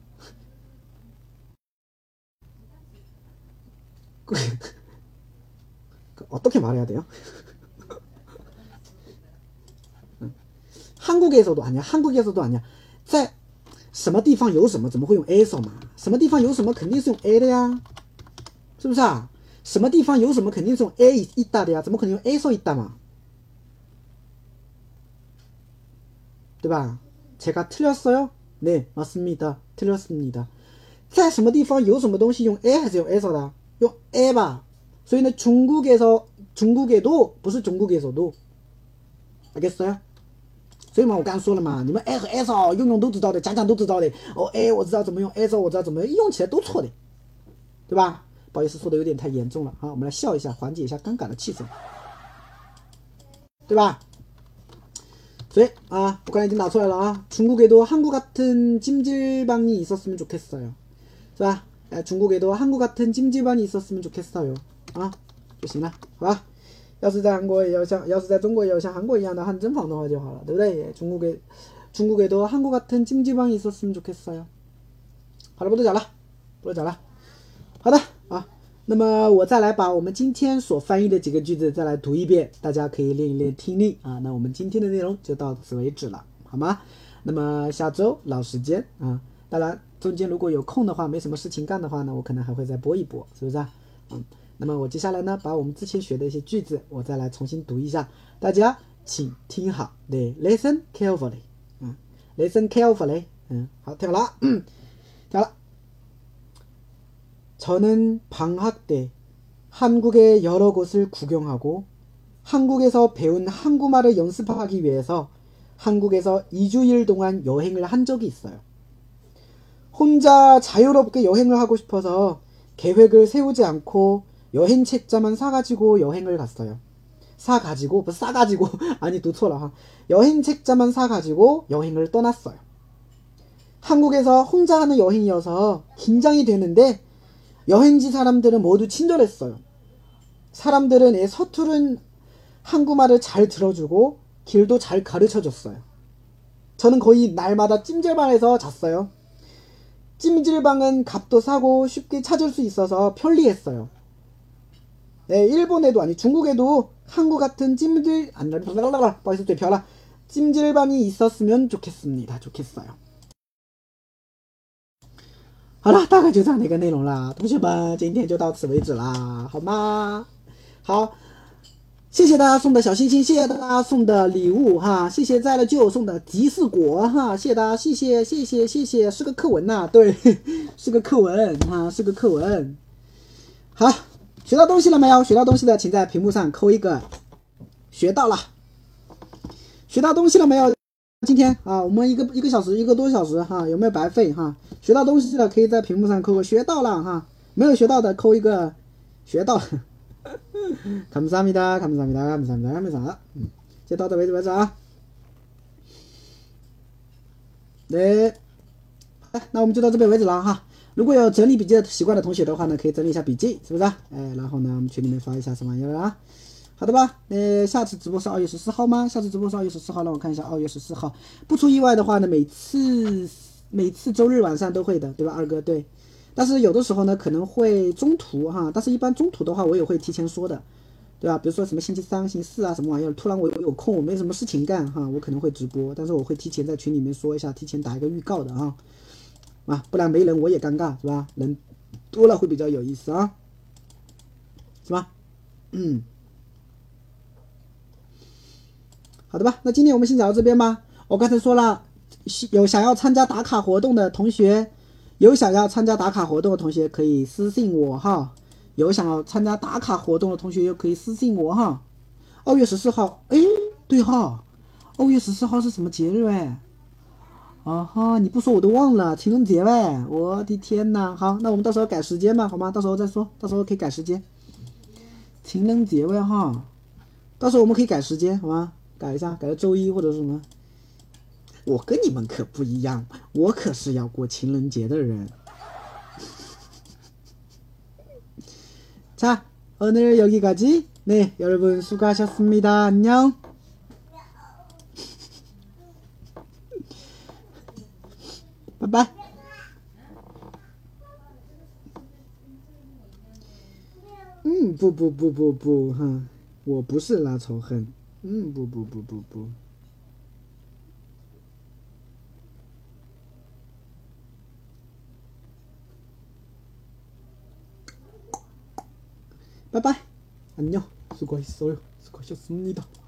어떻게 말해야 돼요? 한국에서도 아니야, 한국에서도 아니야. 在什么地方有什么怎么会用 에서 嘛？什么地方有什么肯定是用 A 的呀，是不是啊？什么地方有什么肯定是用 A 있다的呀，怎么可能用 에서 있다嘛？对吧？ 제가 틀렸어요? 네, 맞습니다. 틀렸습니다. 在什么地方有什么东西用 A 还是用 에서 的？用 A 吧。所以呢， 중국에서 중국에도 不是 중국에서도 알겠어요？ 所以嘛，我刚刚说了嘛，你们 A 和 에서 用用都知道的，讲讲都知道的。哦 A 我知道怎么用 ，에서 我知道怎么用，用起来都错的，对吧？不好意思，说的有点太严重了。好，我们来笑一下，缓解一下尴尬的气氛，对吧？所以啊，我刚才已经打出来了啊。중국에도 한국 같은 찜질방이 있었으면 좋겠어요， 是吧？哎，중국에도 한국 같은 찜질방이 있었으면 좋겠어요啊，就行了，好吧？ 要是在韩国也要像，要是在中国也要像韩国一样的汗蒸房的话就好了，对不对？ 중국에 중국에도 한국 같은 찜질방이 있었으면 좋겠어요. 好了，不多讲了，不多讲了。好的啊，那么我再来把我们今天所翻译的几个句子再来读一遍，大家可以练一练听力啊。那我们今天的内容就到此为止了，好吗？那么下周老时间啊，当然中间如果有空的话，没什么事情干的话呢，我可能还会再播一播，是不是啊？嗯，那么我接下来呢，把我们之前学的一些句子，我再来重新读一下，大家请听好，对 ，listen carefully， 嗯 ，listen carefully， 嗯，好，听好了，嗯，听好了。 저는 방학 때 한국의 여러 곳을 구경하고 한국에서 배운 한국말을 연습하기 위해서 한국에서 이 주일 동안 여행을 한 적이 있어요. 혼자 자유롭게 여행을 하고 싶어서 계획을 세우지 않고 여행 책자만 사가지고 여행을 갔어요. 사가지고, 뭐 싸가지고, 아니, 또错了哈. 여행 책자만 사가지고 여행을 떠났어요. 한국에서 혼자 하는 여행이어서 긴장이 되는데 여행지 사람들은 모두 친절했어요. 사람들은 애 서투른 한국말을 잘 들어주고 길도 잘 가르쳐줬어요. 저는 거의 날마다 찜질방에서 잤어요. 찜질방은 값도 싸고 쉽게 찾을 수 있어서 편리했어요. 네, 일본에도 아니 중국에도 한국 같은 찜질 안 벌써 되펴라 찜질방이 있었으면 좋겠습니다. 좋겠어요. 好了，大概就这样的一个内容了，同学们，今天就到此为止啦，好吗？好，谢谢大家送的小心心，谢谢大家送的礼物哈，谢谢在了就有送的集市果哈，谢谢大家，谢谢谢谢谢谢，是个课文呐、啊，对，是个课文哈，是个课文。好，学到东西了没有？学到东西的，请在屏幕上扣一个，学到了。学到东西了没有？ 今天啊，我们一个一个小时一个多小时哈，有没有白费哈？学到东西了，可以在屏幕上扣个学到了哈，没有学到的扣一个学到了。감사합니다， 감사합니다， 감사합니다， 감사합니다。嗯，就到这为止为止啊。对，那我们就到这边为止了哈。如果有整理笔记的习惯的同学的话呢，可以整理一下笔记，是不是？哎，然后呢，我们群里面发一下什么玩意儿啊？ 好的吧，呃，下次直播是二月十四号吗？下次直播是二月十四号，让我看一下，二月十四号，不出意外的话呢，每次每次周日晚上都会的，对吧，二哥？对，但是有的时候呢，可能会中途哈，但是一般中途的话，我也会提前说的，对吧？比如说什么星期三、星期四啊，什么玩意儿，突然我有空，我没什么事情干哈，我可能会直播，但是我会提前在群里面说一下，提前打一个预告的啊，啊，不然没人我也尴尬，是吧？人多了会比较有意思啊，是吧？嗯。 好的吧，那今天我们先讲到这边吧。我刚才说了，有想要参加打卡活动的同学，有想要参加打卡活动的同学可以私信我哈。有想要参加打卡活动的同学又可以私信我哈。二月十四号，哎，对哈，二月十四号是什么节日哎？啊哈，你不说我都忘了，情人节呗！我的天呐，好，那我们到时候改时间吧，好吗？到时候再说，到时候可以改时间。情人节呗哈，到时候我们可以改时间，好吗？ 改一下，改到周一或者什么。我跟你们可不一样，我可是要过情人节的人。자, 오늘 여기까지. 네, 여러분 수고하셨습니다. 안녕. 바이바이. 음, 不不不不不哈，我不是拉仇恨。 嗯，不不不不不，拜拜，안녕，수고했어요，수고하셨습니다。